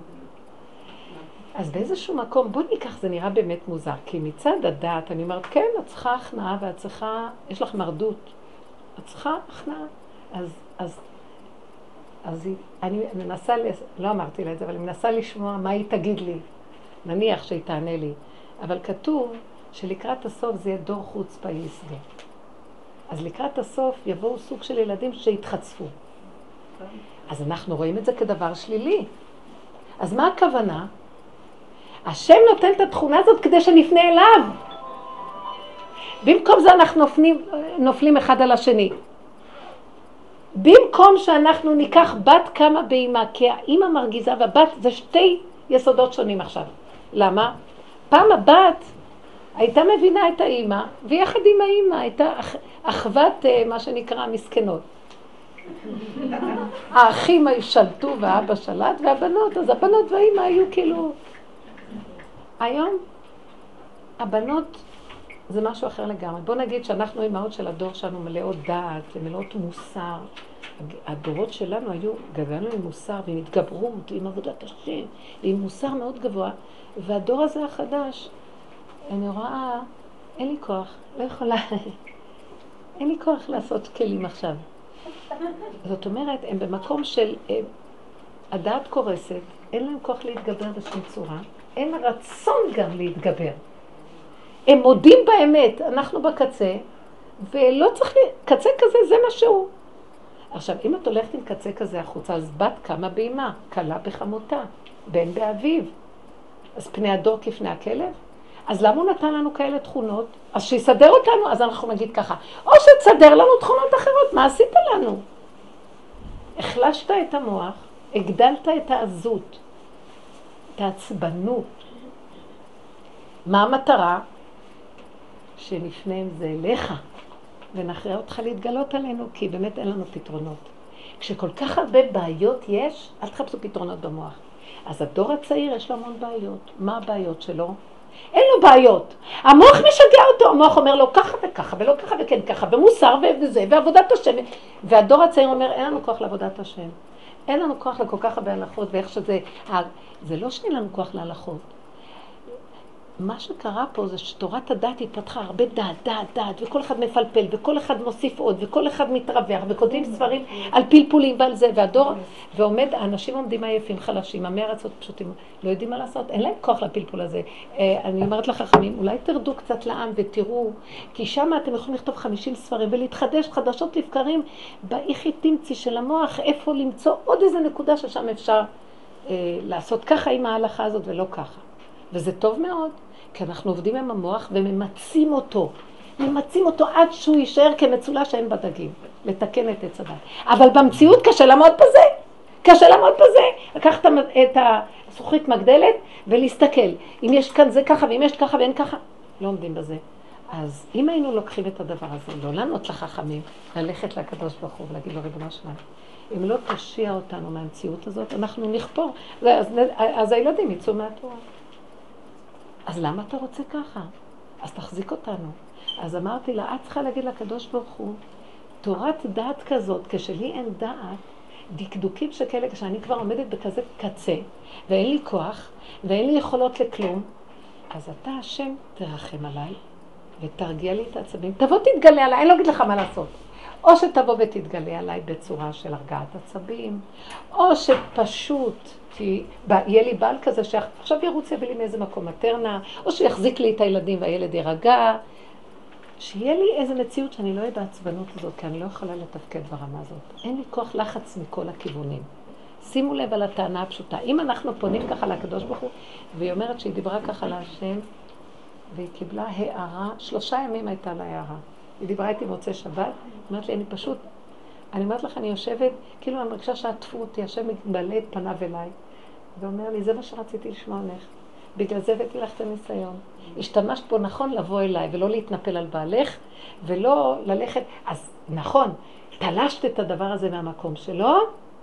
אז באיזשהו מקום, בוא ניקח, זה נראה באמת מוזר, כי מצד הדעת, אני אומרת, כן, את צריכה הכנעה ואת צריכה, יש לך מרדות. את צריכה הכנעה. אז, אז, אז היא, אני מנסה, לא אמרתי לה את זה, אבל אני מנסה לשמוע מה היא תגיד לי. נניח שהיא תענה לי. אבל כתוב שלקראת הסוף זה יהיה דור חוצפה יסגה. אז לקראת הסוף יבואו סוג של ילדים שהתחצפו. אז אנחנו רואים את זה כדבר שלילי. אז מה הכוונה? השם נותן את התכונה הזאת כדי שנפנה אליו. במקום זה אנחנו נופלים, נופלים אחד על השני. במקום שאנחנו ניקח בת כמה באמא, כי האמא מרגיזה והבת זה שתי יסודות שונים עכשיו. למה? פעם הבת הייתה מבינה את האמא, ויחד עם האמא הייתה אחוות מה שנקרא מסכנות. האחים שלטו והאבא שלט והבנות, אז הבנות והאמא היו כאילו... היום הבנות זה משהו אחר לגמרי. בוא נגיד שאנחנו אימהות של הדור שלנו מלאות דעת ומלאות מוסר. הדורות שלנו היו גדלנו עם מוסר ועם התגברות ועם עבודת השם ועם מוסר מאוד גבוה, והדור הזה החדש, אני רואה, אין לי כוח, לא יכולה, אין לי כוח לעשות כלים עכשיו. זאת אומרת, הם במקום של הם, הדעת קורסת, אין להם כוח להתגבר בשום צורה, אין רצון גם להתגבר. הם מודים באמת, אנחנו בקצה, ולא צריך, קצה כזה זה משהו. עכשיו, אם את הולכת עם קצה כזה החוצה, אז בת קמה באמא, קלה בחמותה, בן באביו. אז פני הדור כפני הכלב? אז למה הוא נתן לנו כאלה תכונות? אז שיסדר אותנו, אז אנחנו נגיד ככה, או שתסדר לנו תכונות אחרות, מה עשית לנו? החלשת את המוח, הגדלת את העזות, את העצבנות. מה המטרה? שנפנה עם זה אליך, ונכריע אותך להתגלות עלינו, כי באמת אין לנו פתרונות. כשכל כך הרבה בעיות יש, אל תחפשו פתרונות במוח. אז הדור הצעיר יש לו המון בעיות. מה הבעיות שלו? אין לו בעיות. המוח משגע אותו, המוח אומר לו ככה וככה, ולא ככה וכן ככה, ומוסר וזה, ועבודת השם. והדור הצעיר אומר, אין לנו כוח לעבודת השם. אין לנו כוח לכל כך הרבה הלכות, ואיך שזה... זה לא שאין לנו כוח להלכות. מה שקרה פה זה שתורת הדת התפתחה הרבה דעת, דעת, דעת, וכל אחד מפלפל, וכל אחד מוסיף עוד, וכל אחד מתרווח, וכותבים ספרים על פלפולים ועל זה, והדור, ועומד, האנשים עומדים עייפים חלשים, עמי ארצות פשוטים, לא יודעים מה לעשות, אין להם כוח לפלפול הזה. אני אומרת לחכמים, אולי תרדו קצת לעם ותראו, כי שם אתם יכולים לכתוב חמישים ספרים, ולהתחדש חדשות לבקרים, באיכי תמצי של המוח, איפה למצוא עוד איזה נקודה ששם אפשר אה, לעשות ככה עם ההלכה הזאת ולא ככה. וזה טוב מאוד. כי אנחנו עובדים עם המוח וממצים אותו. ממצים אותו עד שהוא יישאר כמצולה שאין בדגים. לתקן את עץ הדת. אבל במציאות קשה לעמוד בזה. קשה לעמוד בזה. לקחת את הזכוכית מגדלת ולהסתכל. אם יש כאן זה ככה ואם יש ככה ואין ככה. לא עומדים בזה. אז אם היינו לוקחים את הדבר הזה, לא לענות לחכמים, ללכת לקדוש ברוך הוא ולהגיד לו ריבונו שלנו. אם לא תושיע אותנו מהמציאות הזאת, אנחנו נכפור. אז, אז הילדים יצאו מהתורה. אז למה אתה רוצה ככה? אז תחזיק אותנו. אז אמרתי לה, את צריכה להגיד לקדוש ברוך הוא, תורת דעת כזאת, כשלי אין דעת, דקדוקים שכאלה, כשאני כבר עומדת בכזה קצה, ואין לי כוח, ואין לי יכולות לכלום, אז אתה השם תרחם עליי, ותרגיע לי את העצבים. תבוא תתגלה עליי, אני לא אגיד לך מה לעשות. או שתבוא ותתגלה עליי בצורה של הרגעת עצבים, או שפשוט יהיה לי בעל כזה שעכשיו ירוץ יביא לי מאיזה מקום מטרנה, או שיחזיק לי את הילדים והילד ירגע, שיהיה לי איזה מציאות שאני לא אהיה בעצבנות הזאת, כי אני לא יכולה לתפקד ברמה הזאת. אין לי כוח לחץ מכל הכיוונים. שימו לב על הטענה הפשוטה. אם אנחנו פונים ככה לקדוש ברוך הוא, והיא אומרת שהיא דיברה ככה להשם, והיא קיבלה הערה, שלושה ימים הייתה לה הערה. היא דיברה איתי מוצא שבת, אמרת לי, אני פשוט, אני אומרת לך, אני יושבת, כאילו אני מרגישה שעטפו אותי, השם מגלה את פניו אליי, ואומר לי, זה מה שרציתי לשמוע לך, בגלל זה הבאתי לך את הניסיון. השתמשת פה נכון לבוא אליי, ולא להתנפל על בעלך, ולא ללכת, אז נכון, תלשת את הדבר הזה מהמקום שלו,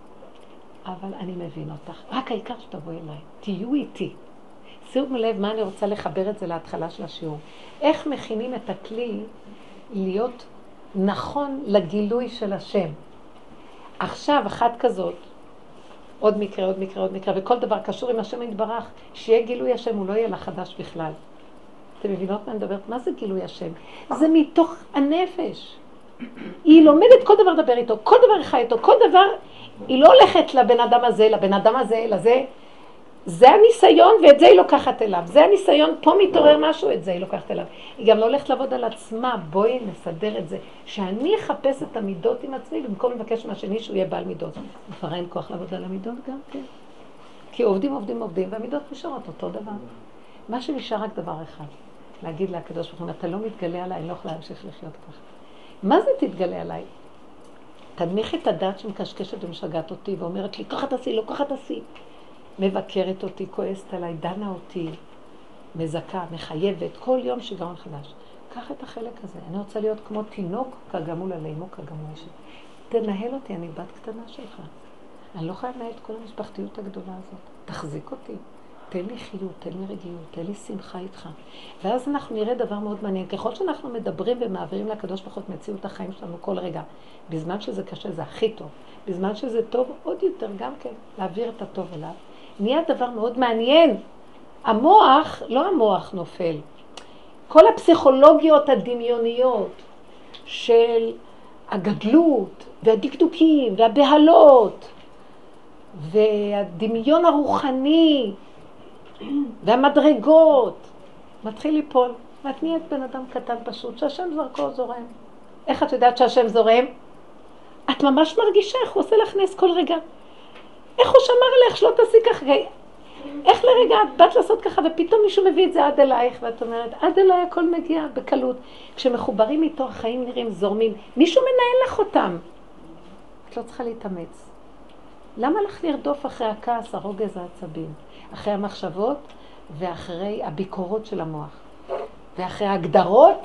אבל אני מבין אותך, רק העיקר שתבוא אליי, תהיו איתי. שימו לב מה אני רוצה לחבר את זה להתחלה של השיעור. איך מכינים את הכלי להיות נכון לגילוי של השם. עכשיו, אחת כזאת, עוד מקרה, עוד מקרה, עוד מקרה, וכל דבר קשור עם השם יתברך, שיהיה גילוי השם, הוא לא יהיה לחדש בכלל. אתם מבינות מה אני מדברת? מה זה גילוי השם? זה מתוך הנפש. היא לומדת כל דבר לדבר איתו, כל דבר חי איתו, כל דבר, היא לא הולכת לבן אדם הזה, לבן אדם הזה, לזה. זה הניסיון ואת זה היא לוקחת אליו. זה הניסיון, פה מתעורר משהו, את זה היא לוקחת אליו. היא גם לא הולכת לעבוד על עצמה, בואי נסדר את זה. שאני אחפש את המידות עם עצמי, במקום לבקש מהשני שהוא יהיה בעל מידות. כבר אין כוח לעבוד על המידות גם, כן. כי עובדים, עובדים, עובדים, והמידות נשארות אותו דבר. מה שנשאר רק דבר אחד, להגיד לה, הקדוש ברוך הוא, אתה לא מתגלה עליי, אני לא יכולה להמשיך לחיות ככה. מה זה תתגלה עליי? תנמיך את הדעת שמקשקשת ומשגעת אותי, ואומרת לי, ככה תעשי, לא ככה תעשי. מבקרת אותי, כועסת עליי, דנה אותי, מזכה, מחייבת, כל יום שיגעון חדש. קח את החלק הזה. אני רוצה להיות כמו תינוק, כגמול עלימו, כגמול שלי. תנהל אותי, אני בת קטנה שלך. אני לא יכולה לנהל את כל המשפחתיות הגדולה הזאת. תחזיק אותי. תן לי חיות, תן לי רגיעות, תן לי שמחה איתך. ואז אנחנו נראה דבר מאוד מעניין. ככל שאנחנו מדברים ומעבירים לקדוש ברוך הוא את מציאות החיים שלנו כל רגע, בזמן שזה קשה זה הכי טוב. בזמן שזה טוב עוד יותר גם כן, להעביר את הטוב אליו. נהיה דבר מאוד מעניין. המוח, לא המוח נופל. כל הפסיכולוגיות הדמיוניות של הגדלות והדקדוקים והבהלות והדמיון הרוחני והמדרגות מתחיל ליפול. ואת נהיית בן אדם קטן פשוט שהשם זרקו זורם. איך את יודעת שהשם זורם? את ממש מרגישה איך הוא עושה לך נס כל רגע. איך הוא שמר עליך שלא תעשי ככה? איך לרגע את באת לעשות ככה ופתאום מישהו מביא את זה עד אלייך ואת אומרת, עד אליי הכל מגיע בקלות. כשמחוברים איתו החיים נראים זורמים. מישהו מנהל לך אותם. את לא צריכה להתאמץ. למה לך לרדוף אחרי הכעס, הרוגז, העצבים? אחרי המחשבות ואחרי הביקורות של המוח. ואחרי ההגדרות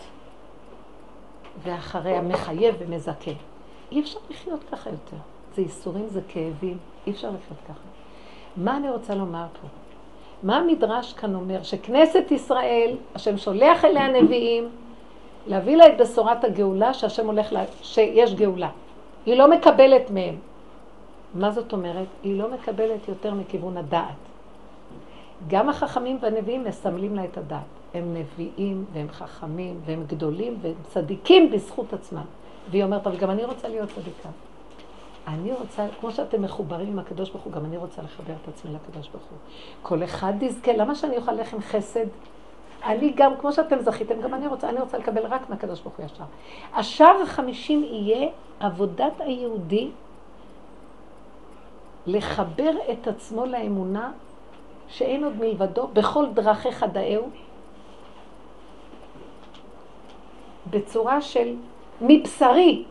ואחרי המחייב ומזכה. אי אפשר לחיות ככה יותר. זה ייסורים, זה כאבים. אי אפשר לחיות ככה. מה אני רוצה לומר פה? מה המדרש כאן אומר? שכנסת ישראל, השם שולח אליה נביאים, להביא לה את בשורת הגאולה, שהשם הולך לה, שיש גאולה. היא לא מקבלת מהם. מה זאת אומרת? היא לא מקבלת יותר מכיוון הדעת. גם החכמים והנביאים מסמלים לה את הדעת. הם נביאים והם חכמים והם גדולים והם צדיקים בזכות עצמם. והיא אומרת, אבל גם אני רוצה להיות צדיקה. אני רוצה, כמו שאתם מחוברים עם הקדוש ברוך הוא, גם אני רוצה לחבר את עצמי לקדוש ברוך הוא. כל אחד יזכה, למה שאני אוכל לכם חסד? אני גם, כמו שאתם זכיתם, גם אני רוצה, אני רוצה לקבל רק מהקדוש ברוך הוא ישר. השער החמישים יהיה עבודת היהודי לחבר את עצמו לאמונה שאין עוד מלבדו, בכל דרכיך דאהו, בצורה של מבשרי,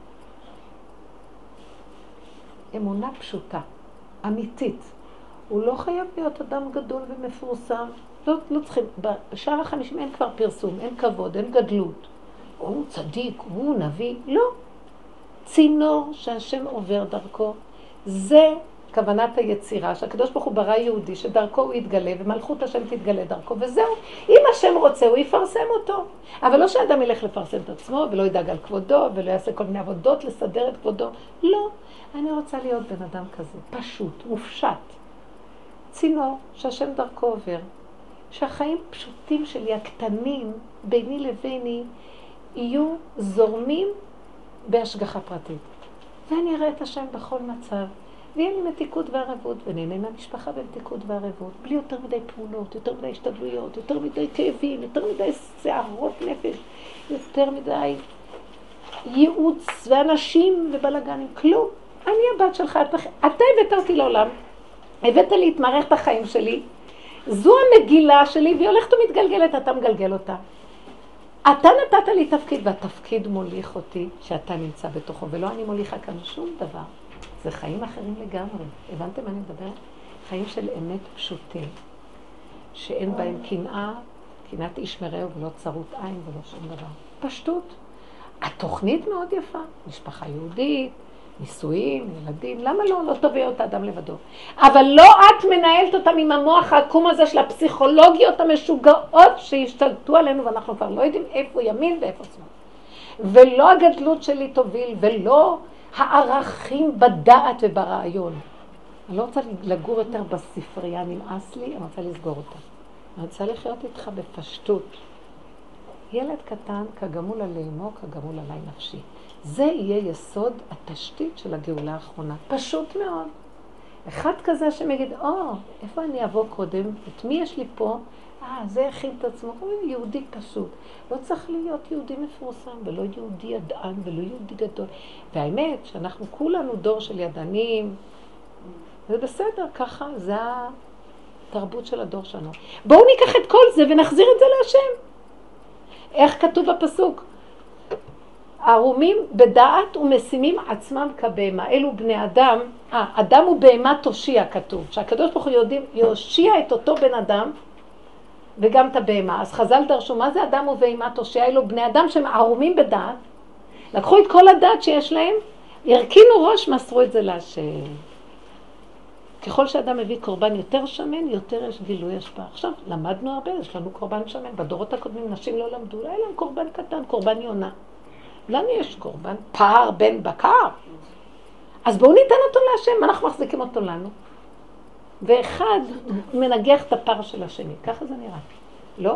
אמונה פשוטה, אמיתית. הוא לא חייב להיות אדם גדול ומפורסם. לא, לא צריכים, בשער החמישים אין כבר פרסום, אין כבוד, אין גדלות. הוא צדיק, הוא נביא, לא. צינור שהשם עובר דרכו, זה כוונת היצירה, שהקדוש ברוך הוא ברא יהודי, שדרכו הוא יתגלה, ומלכות השם תתגלה דרכו, וזהו. אם השם רוצה, הוא יפרסם אותו. אבל לא שאדם ילך לפרסם את עצמו, ולא ידאג על כבודו, ולא יעשה כל מיני עבודות לסדר את כבודו. לא. אני רוצה להיות בן אדם כזה, פשוט, מופשט. צינור שהשם דרכו עובר. שהחיים פשוטים שלי, הקטנים, ביני לביני, יהיו זורמים בהשגחה פרטית. ואני אראה את השם בכל מצב. ויהיה לי מתיקות וערבות, ונהנה מהמשפחה במתיקות וערבות, בלי יותר מדי פעולות, יותר מדי השתדלויות, יותר מדי כאבים, יותר מדי שערות נפש, יותר מדי ייעוץ ואנשים ובלגנים, כלום. אני הבת שלך, אתה, אתה הבאת אותי לעולם, הבאת לי את מערכת החיים שלי, זו המגילה שלי, והיא הולכת ומתגלגלת, אתה מגלגל אותה. אתה נתת לי תפקיד, והתפקיד מוליך אותי שאתה נמצא בתוכו, ולא אני מוליכה כאן שום דבר. זה חיים אחרים לגמרי. הבנתם מה אני מדברת? חיים של אמת פשוטים, שאין בהם קנאה, קנאת איש מרעהו ולא צרות עין ולא שום דבר. פשטות. התוכנית מאוד יפה, משפחה יהודית, נישואים, ילדים, למה לא? לא טוב להיות האדם לבדו. אבל לא את מנהלת אותם עם המוח העקום הזה של הפסיכולוגיות המשוגעות שהשתלטו עלינו, ואנחנו כבר לא יודעים איפה ימין ואיפה שמאל. ולא הגדלות שלי תוביל, ולא הערכים בדעת וברעיון. אני לא רוצה לגור יותר בספרייה, נמאס לי, אני רוצה לסגור אותה. אני רוצה לחיות איתך בפשטות. ילד קטן כגמול עלי אמו, כגמול עלי נפשי. זה יהיה יסוד התשתית של הגאולה האחרונה. פשוט מאוד. אחד כזה שמגיד, או, איפה אני אבוא קודם? את מי יש לי פה? אה, זה הכין את עצמו. הוא יהודי פשוט. לא צריך להיות יהודי מפורסם, ולא יהודי ידען, ולא יהודי גדול. והאמת שאנחנו כולנו דור של ידענים. זה בסדר, ככה, זה התרבות של הדור שלנו. בואו ניקח את כל זה ונחזיר את זה להשם. איך כתוב בפסוק? ערומים בדעת ומשימים עצמם כבהמה. אלו בני אדם, אה, אדם הוא בהמה תושיע כתוב. שהקדוש ברוך הוא יודעים, יושיע את אותו בן אדם וגם את הבהמה. אז חז"ל דרשו, מה זה אדם ובהמה תושיע? אלו בני אדם שהם ערומים בדעת. לקחו את כל הדעת שיש להם, ירקינו ראש, מסרו את זה להשם. ככל שאדם מביא קורבן יותר שמן, יותר יש גילוי השפעה. עכשיו, למדנו הרבה, יש לנו קורבן שמן. בדורות הקודמים נשים לא למדו, היה להם קורבן קטן, קורבן יונה. לנו יש קורבן פער בן בקר. אז בואו ניתן אותו להשם, אנחנו מחזיקים אותו לנו. ואחד מנגח את הפער של השני, ככה זה נראה. לא?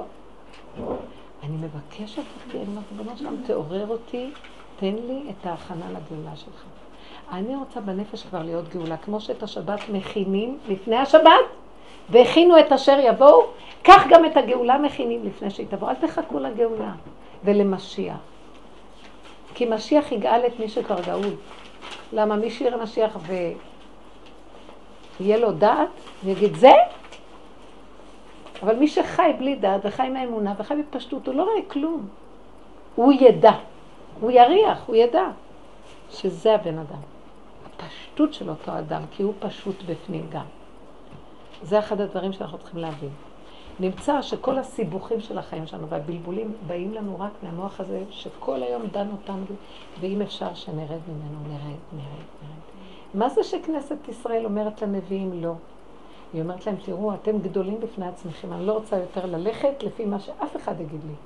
אני מבקשת אותי, אני מבקשת שלנו, תעורר אותי, תן לי את ההכנה לגאולה שלך. אני רוצה בנפש כבר להיות גאולה, כמו שאת השבת מכינים לפני השבת, והכינו את אשר יבואו, כך גם את הגאולה מכינים לפני שהיא תבוא. אל תחכו לגאולה ולמשיח. כי משיח יגאל את מי שכבר גאול. למה מי שיר משיח ויהיה לו דעת, ויגיד זה? אבל מי שחי בלי דעת וחי מהאמונה וחי בפשטות, הוא לא רואה כלום. הוא ידע, הוא יריח, הוא ידע שזה הבן אדם. הפשטות של אותו אדם, כי הוא פשוט בפנים גם. זה אחד הדברים שאנחנו צריכים להבין. נמצא שכל הסיבוכים של החיים שלנו והבלבולים באים לנו רק מהמוח הזה שכל היום דן אותנו, ואם אפשר שנרד ממנו, נרד, נרד, נרד. מה זה שכנסת ישראל אומרת לנביאים? לא. היא אומרת להם, תראו, אתם גדולים בפני עצמכם, אני לא רוצה יותר ללכת לפי מה שאף אחד יגיד לי.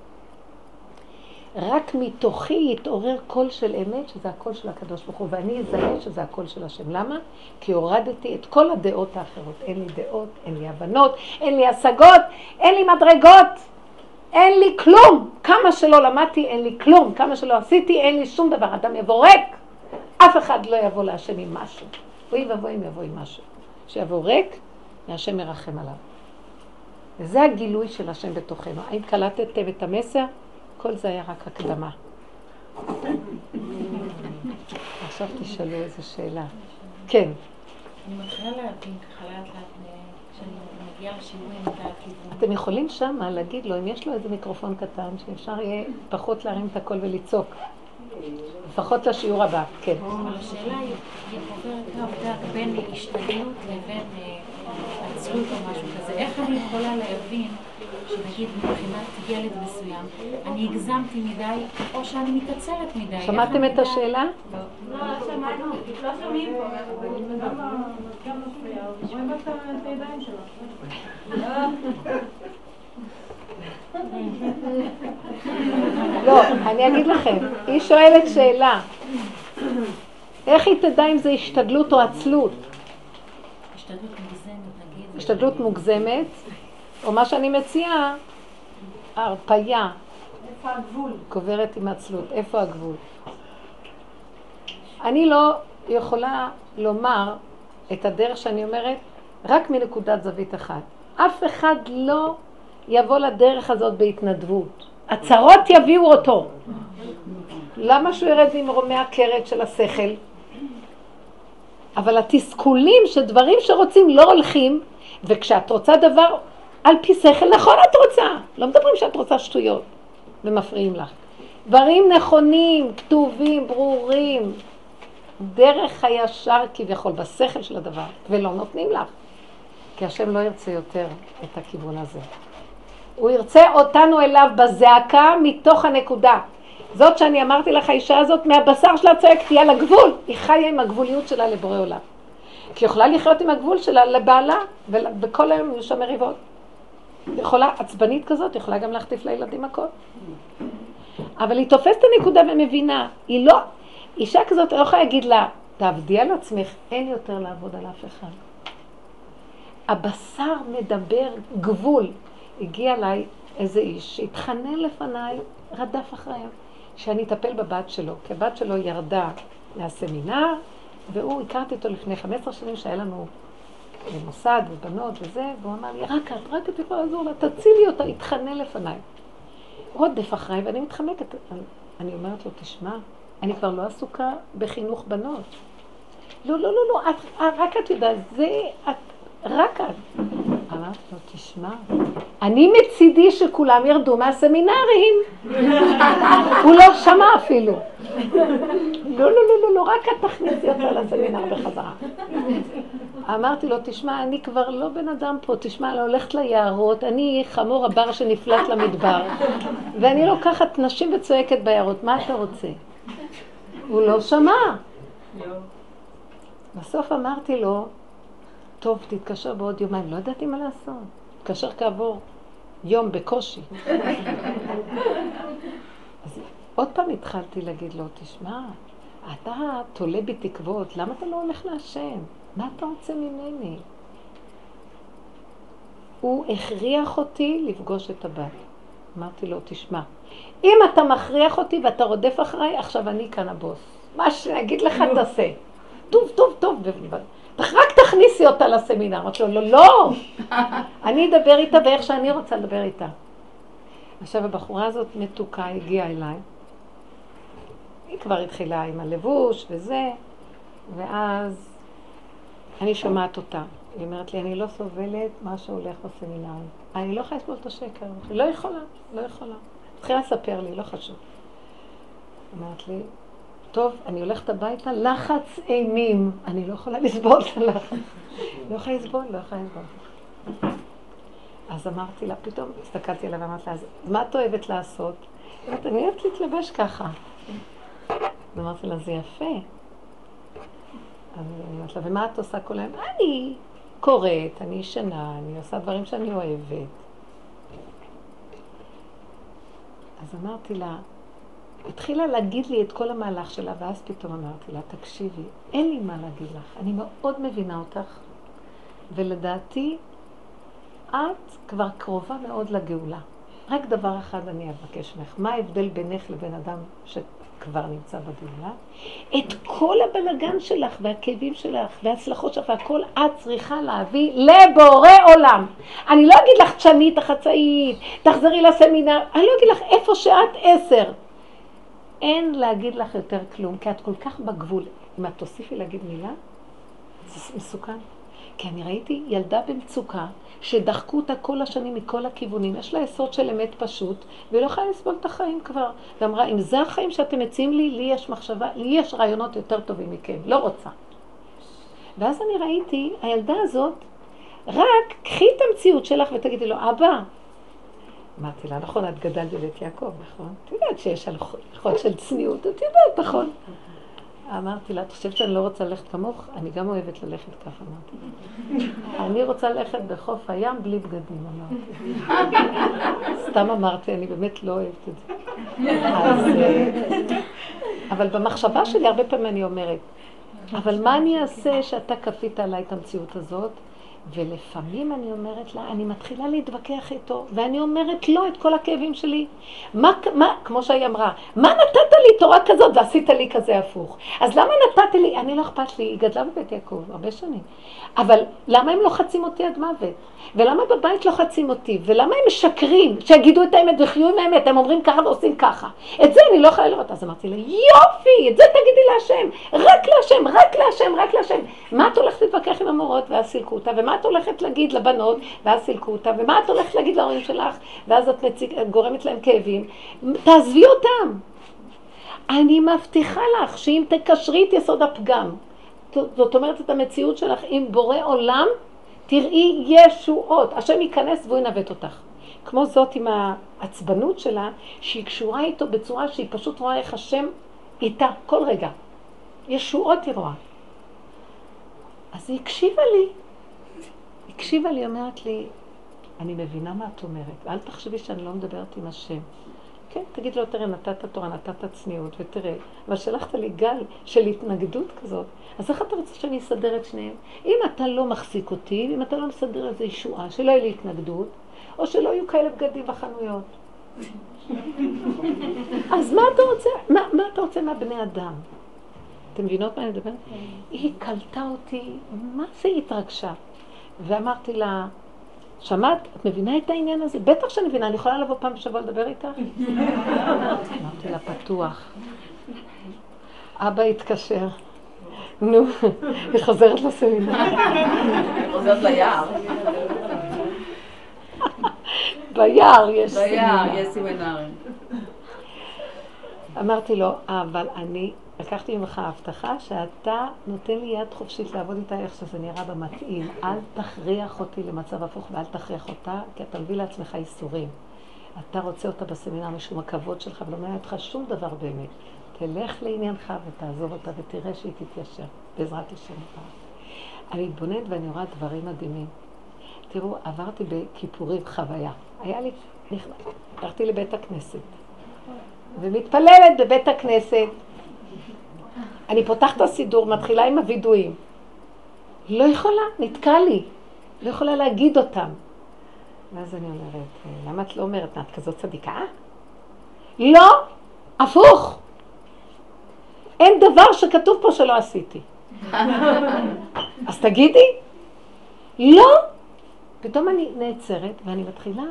רק מתוכי יתעורר קול של אמת, שזה הקול של הקדוש ברוך הוא, ואני אזהה שזה הקול של השם. למה? כי הורדתי את כל הדעות האחרות. אין לי דעות, אין לי הבנות, אין לי השגות, אין לי מדרגות, אין לי כלום. כמה שלא למדתי, אין לי כלום. כמה שלא עשיתי, אין לי שום דבר. אדם יבוא ריק, אף אחד לא יבוא להשם עם משהו. אוי ובוא אם יבוא עם משהו. שיבוא ריק, והשם מרחם עליו. וזה הגילוי של השם בתוכנו. האם קלטתם את המסר? כל זה היה רק הקדמה. עכשיו תשאלו איזו שאלה. כן. אני מתחילה להבין ככה לאט לאט כשאני מגיעה לשיעורים את הכיוון. אתם יכולים שמה להגיד לו, אם יש לו איזה מיקרופון קטן, שאפשר יהיה פחות להרים את הכל ולצעוק. לפחות לשיעור הבא, כן. אבל השאלה היא, היא עוברת העובדה בין השתדלות לבין עצלות או משהו כזה. איך אני יכולה להבין שנגיד מבחינת ילד מסוים, אני הגזמתי מדי, או שאני מתעצלת מדי. שמעתם את השאלה? לא, לא שמענו, לא שומעים פה. גם מפריע, רואים את הידיים שלו. לא, אני אגיד לכם, היא שואלת שאלה. איך היא תדע אם זה השתדלות או עצלות? השתדלות מוגזמת, נגיד. השתדלות מוגזמת, או מה שאני מציעה, הרפיה. איפה הגבול? גוברת עם עצלות. איפה הגבול? אני לא יכולה לומר את הדרך שאני אומרת רק מנקודת זווית אחת. אף אחד לא יבוא לדרך הזאת בהתנדבות. הצרות יביאו אותו. למה שהוא ירד עם רומי הקרת של השכל? אבל התסכולים שדברים שרוצים לא הולכים, וכשאת רוצה דבר על פי שכל, נכון את רוצה. לא מדברים שאת רוצה שטויות ומפריעים לך. דברים נכונים, כתובים, ברורים, דרך הישר כביכול בשכל של הדבר, ולא נותנים לך. כי השם לא ירצה יותר את הכיוון הזה. הוא ירצה אותנו אליו בזעקה מתוך הנקודה. זאת שאני אמרתי לך, האישה הזאת מהבשר שלה צועקת, היא על הגבול. היא חיה עם הגבוליות שלה לבורא עולם. כי היא יכולה לחיות עם הגבול שלה לבעלה, ובכל היום יש שם מריבות. היא יכולה, עצבנית כזאת, היא יכולה גם להחטיף לילדים הכל. אבל היא תופסת את הנקודה ומבינה. היא לא, אישה כזאת לא יכולה להגיד לה, תעבדי על עצמך, אין יותר לעבוד על אף אחד. הבשר מדבר גבול. הגיע אליי איזה איש שהתחנן לפניי, רדף אחריהם, שאני אטפל בבת שלו, כי הבת שלו ירדה מהסמינר, והוא, הכרתי אותו לפני חמש עשרה שנים שהיה לנו מוסד ובנות וזה, והוא אמר לי, רק את, רק את יכולה לעזור לה, תצילי אותה, התחנן לפניי. רודף אחריי, ואני מתחמקת. אני אומרת לו, תשמע, אני כבר לא עסוקה בחינוך בנות. לא, לא, לא, לא, את, רק את יודעת, זה, את, רק את. אמרתי לו, תשמע, אני מצידי שכולם ירדו מהסמינרים. הוא לא שמע אפילו. לא, לא, לא, לא, לא, רק את תכניסי אותה לסמינר בחזרה. אמרתי לו, תשמע, אני כבר לא בן אדם פה, תשמע, אני הולכת ליערות, אני חמור הבר שנפלט למדבר, ואני לוקחת נשים וצועקת ביערות, מה אתה רוצה? הוא לא שמע. בסוף אמרתי לו, טוב, תתקשר בעוד יומיים, לא ידעתי מה לעשות. תתקשר כעבור יום בקושי. אז עוד פעם התחלתי להגיד לו, תשמע, אתה תולה בי תקוות, למה אתה לא הולך להשם? מה אתה רוצה ממני? הוא הכריח אותי לפגוש את הבת. אמרתי לו, תשמע, אם אתה מכריח אותי ואתה רודף אחריי, עכשיו אני כאן הבוס. מה שאני לך תעשה. טוב, טוב, טוב. רק תכניסי אותה לסמינר. אמרתי לו, לא, לא. אני אדבר איתה ואיך שאני רוצה לדבר איתה. עכשיו הבחורה הזאת מתוקה, הגיעה אליי. היא כבר התחילה עם הלבוש וזה, ואז אני שומעת אותה. היא אומרת לי, אני לא סובלת מה שהולך בסמינר. אני לא יכולה לסבול את השקר. לא יכולה, לא יכולה. התחילה לספר לי, לא חשוב. אומרת לי, טוב, אני הולכת הביתה, לחץ אימים. אני לא יכולה לסבול את הלחץ. לא יכולה לסבול, לא יכולה לסבול. אז אמרתי לה, פתאום הסתכלתי עליה ואמרתי לה, אז מה את אוהבת לעשות? אמרת, אני אוהבת להתלבש ככה. אמרתי לה, זה יפה. אז אמרתי לה, ומה את עושה כל היום? אני קוראת, אני ישנה, אני עושה דברים שאני אוהבת. אז אמרתי לה, התחילה להגיד לי את כל המהלך שלה, ואז פתאום אמרתי לה, תקשיבי, אין לי מה להגיד לך, אני מאוד מבינה אותך, ולדעתי, את כבר קרובה מאוד לגאולה. רק דבר אחד אני אבקש ממך, מה ההבדל בינך לבין אדם שכבר נמצא בגאולה? את כל הבלגן שלך והכאבים שלך וההצלחות שלך והכל את צריכה להביא לבורא עולם. אני לא אגיד לך תשני את החצאית, תחזרי לסמינר, אני לא אגיד לך איפה שאת עשר. אין להגיד לך יותר כלום, כי את כל כך בגבול. אם את תוסיפי להגיד מילה, זה מסוכן. כי אני ראיתי ילדה במצוקה, שדחקו אותה כל השנים מכל הכיוונים. יש לה יסוד של אמת פשוט, והיא לא יכולה לסבול את החיים כבר. ואמרה, אם זה החיים שאתם מציעים לי, לי יש מחשבה, לי יש רעיונות יותר טובים מכם. לא רוצה. ואז אני ראיתי, הילדה הזאת, רק קחי את המציאות שלך ותגידי לו, אבא, אמרתי לה, נכון, את גדלת בבית יעקב, נכון? את יודעת שיש הלכות של צניעות, את יודעת, נכון? אמרתי לה, את חושבת שאני לא רוצה ללכת כמוך? אני גם אוהבת ללכת ככה, אמרתי לה. אני רוצה ללכת בחוף הים בלי בגדים, אמרתי. סתם אמרתי, אני באמת לא אוהבת את זה. אז, אבל במחשבה שלי הרבה פעמים אני אומרת, אבל מה אני אעשה שאתה כפית עליי את המציאות הזאת? ולפעמים אני אומרת לה, אני מתחילה להתווכח איתו, ואני אומרת לו את כל הכאבים שלי. מה, מה, כמו שהיא אמרה, מה נתת לי תורה כזאת ועשית לי כזה הפוך? אז למה נתת לי, אני לא אכפת לי, היא גדלה בבית יעקב הרבה שנים. אבל למה הם לוחצים אותי עד מוות? ולמה בבית לוחצים אותי? ולמה הם משקרים? שיגידו את האמת וחיו עם האמת, הם אומרים ככה ועושים ככה. את זה אני לא יכולה לראות. אז אמרתי לה, יופי, את זה תגידי להשם, רק להשם, רק להשם, רק להשם. מה את הולכת להתווכח עם המורות ואז סילקו אותה? ומה את הולכת להגיד לבנות ואז סילקו אותה? ומה את הולכת להגיד להורים שלך ואז את מציג, גורמת להם כאבים? תעזבי אותם. אני מבטיחה לך שאם תקשרי את יסוד הפגם, זאת אומרת את המציאות שלך עם בורא עולם, תראי ישועות. השם ייכנס והוא ינווט אותך. כמו זאת עם העצבנות שלה, שהיא קשורה איתו בצורה שהיא פשוט רואה איך השם איתה כל רגע. ישועות היא רואה. אז היא הקשיבה לי. הקשיבה לי, אומרת לי, אני מבינה מה את אומרת. אל תחשבי שאני לא מדברת עם השם. כן, תגיד לו, תראה, נתת תורה, נתת צניעות, ותראה, אבל שלחת לי גל של התנגדות כזאת, אז איך אתה רוצה שאני אסדר את שניהם? אם אתה לא מחזיק אותי, אם אתה לא מסדר איזו ישועה, שלא יהיה לי התנגדות, או שלא יהיו כאלה בגדים בחנויות. אז מה אתה רוצה? מה, מה אתה רוצה מהבני אדם? אתם מבינות מה אני מדברת? היא קלטה אותי, מה זה התרגשה? ואמרתי לה, שמעת, את מבינה את העניין הזה? בטח שאני מבינה, אני יכולה לבוא פעם בשבוע לדבר איתך? אמרתי לה, פתוח. אבא התקשר. נו, היא חוזרת לסמינר. היא חוזרת ליער. ביער יש סמינר. ביער יש סמינרים. אמרתי לו, אבל אני לקחתי ממך הבטחה שאתה נותן לי יד חופשית לעבוד איתה איך שזה נראה במתאים. אל תכריח אותי למצב הפוך ואל תכריח אותה, כי אתה מביא לעצמך איסורים. אתה רוצה אותה בסמינר משום הכבוד שלך ולא מעניין אותך שום דבר באמת. תלך לעניינך ותעזוב אותה ותראה שהיא תתיישר. בעזרת השם. אני מתבוננת ואני רואה דברים מדהימים. תראו, עברתי בכיפורים חוויה. היה לי, הלכתי לבית הכנסת. ומתפללת בבית הכנסת. אני פותחת את הסידור, מתחילה עם הוידואים. לא יכולה, נתקע לי. לא יכולה להגיד אותם. ואז אני אומרת, למה את לא אומרת, את כזאת צדיקה? לא, הפוך. אין דבר שכתוב פה שלא עשיתי. אז תגידי, לא. פתאום אני נעצרת ואני מתחילה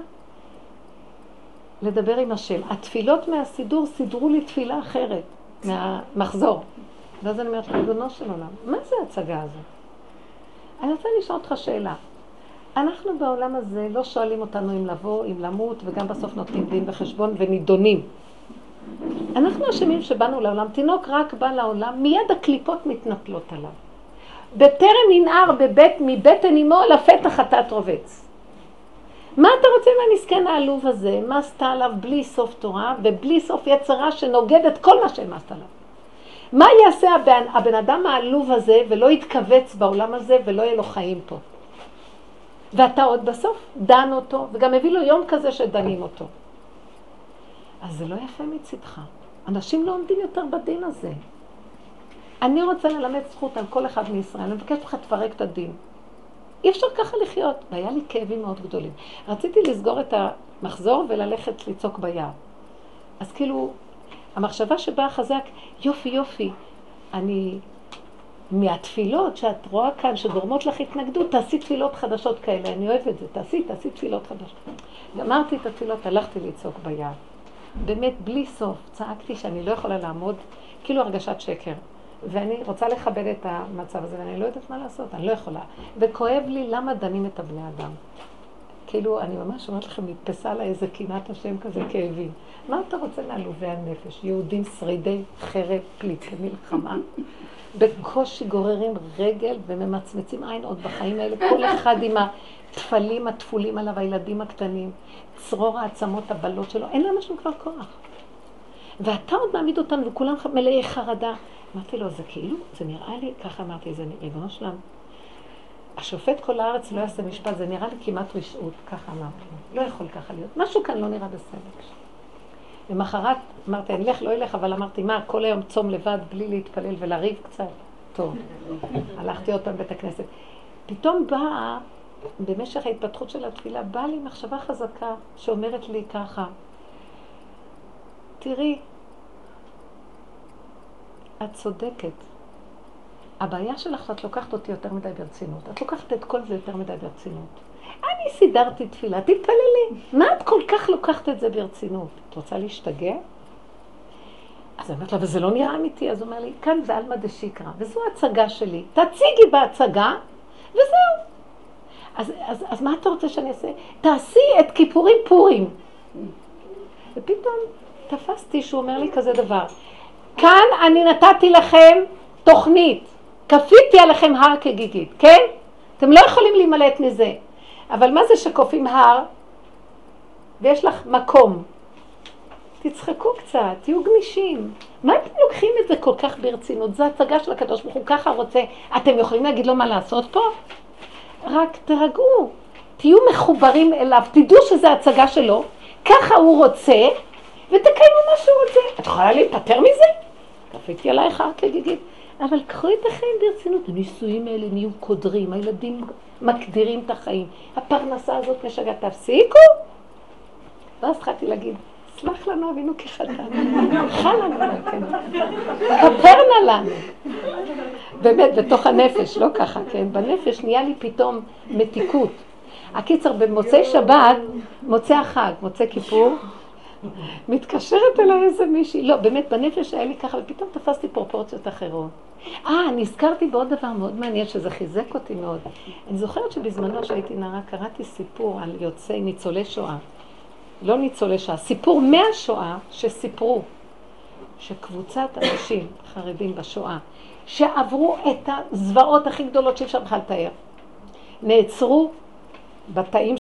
לדבר עם השם. התפילות מהסידור סידרו לי תפילה אחרת, מהמחזור. ואז אני אומרת, ריבונו של עולם, מה זה ההצגה הזו? אני רוצה לשאול אותך שאלה. אנחנו בעולם הזה לא שואלים אותנו אם לבוא, אם למות, וגם בסוף נותנים דין וחשבון ונידונים. אנחנו אשמים שבאנו לעולם, תינוק רק בא לעולם, מיד הקליפות מתנפלות עליו. בטרם ינער בבית, מבטן אמו לפתח חטאת רובץ. מה אתה רוצה מהמסכן העלוב הזה? מה עשתה עליו בלי סוף תורה ובלי סוף יצרה שנוגד את כל מה שהמסת עליו? מה יעשה הבן, הבן אדם העלוב הזה ולא יתכווץ בעולם הזה ולא יהיה לו חיים פה? ואתה עוד בסוף דן אותו וגם הביא לו יום כזה שדנים אותו. אז זה לא יפה מצדך. אנשים לא עומדים יותר בדין הזה. אני רוצה ללמד זכות על כל אחד מישראל. אני מבקשת לך תפרק את הדין. אי אפשר ככה לחיות. והיה לי כאבים מאוד גדולים. רציתי לסגור את המחזור וללכת לצעוק ביער. אז כאילו, המחשבה שבאה חזק, יופי יופי, אני, מהתפילות שאת רואה כאן שגורמות לך התנגדות, תעשי תפילות חדשות כאלה. אני אוהבת את זה, תעשי, תעשי תפילות חדשות. גמרתי את התפילות, הלכתי לצעוק ביער. באמת, בלי סוף, צעקתי שאני לא יכולה לעמוד, כאילו הרגשת שקר. ואני רוצה לכבד את המצב הזה, ואני לא יודעת מה לעשות, אני לא יכולה. וכואב לי למה דנים את הבני אדם. כאילו, אני ממש אומרת לכם, מתפסה לה איזה קינת השם כזה כאבים. מה אתה רוצה מעלובי הנפש? יהודים שרידי חרב, פליטי מלחמה. בקושי גוררים רגל וממצמצים עין עוד בחיים האלה. כל אחד עם התפלים התפולים עליו, הילדים הקטנים, צרור העצמות הבלות שלו, אין לנו שום כבר כוח. ואתה עוד מעמיד אותנו וכולם מלאי חרדה. אמרתי לו, זה כאילו, זה נראה לי, ככה אמרתי, זה ריבונו שלם. השופט כל הארץ לא יעשה משפט, זה נראה לי כמעט רשעות, ככה אמרתי לו. לא יכול ככה להיות. משהו כאן לא נראה בסדר. למחרת אמרתי, אני אלך, לא אלך, אבל אמרתי, מה, כל היום צום לבד בלי להתפלל ולריב קצת? טוב. הלכתי עוד פעם בית הכנסת. פתאום באה, במשך ההתפתחות של התפילה, באה לי מחשבה חזקה שאומרת לי ככה, תראי, את צודקת. הבעיה שלך שאת לוקחת אותי יותר מדי ברצינות. את לוקחת את כל זה יותר מדי ברצינות. אני סידרתי תפילה, תתפללי. מה את כל כך לוקחת את זה ברצינות? את רוצה להשתגע? אז אני אומרת לה, וזה לא נראה אמיתי. אז הוא אומר לי, כאן זה אלמה דשיקרא, וזו הצגה שלי. תציגי בהצגה, וזהו. אז, אז, אז מה אתה רוצה שאני אעשה? תעשי את כיפורים פורים. ופתאום תפסתי שהוא אומר לי כזה דבר. כאן אני נתתי לכם תוכנית. כפיתי עליכם הר כגיגית, כן? אתם לא יכולים להימלט מזה. אבל מה זה שקופים הר? ויש לך מקום. תצחקו קצת, תהיו גמישים. מה אתם לוקחים את זה כל כך ברצינות? זו הצגה של הקדוש ברוך הוא, ככה רוצה. אתם יכולים להגיד לו מה לעשות פה? רק תרגעו, תהיו מחוברים אליו, תדעו שזו הצגה שלו, ככה הוא רוצה, ותקיימו מה שהוא רוצה. את יכולה להיפטר מזה? כפיתי עלייך הר כגיגית. אבל קחו את החיים ברצינות, הניסויים האלה נהיו קודרים, הילדים מקדירים את החיים, הפרנסה הזאת משגעת, תפסיקו. ואז התחלתי להגיד, סלח לנו אבינו כחטאנו, חל לנו, כן, כפרנה לנו. באמת, בתוך הנפש, לא ככה, כן, בנפש נהיה לי פתאום מתיקות. הקיצר, במוצאי שבת, מוצאי החג, מוצאי כיפור, מתקשרת אליי איזה מישהי, לא, באמת, בנפש היה לי ככה, ופתאום תפסתי פרופורציות אחרות. אה, נזכרתי בעוד דבר מאוד מעניין, שזה חיזק אותי מאוד. אני זוכרת שבזמנו שהייתי נערה, קראתי סיפור על יוצאי ניצולי שואה. לא ניצולי שואה, סיפור מהשואה שסיפרו שקבוצת אנשים חרדים בשואה, שעברו את הזוועות הכי גדולות שאפשר בכלל לתאר, נעצרו בתאים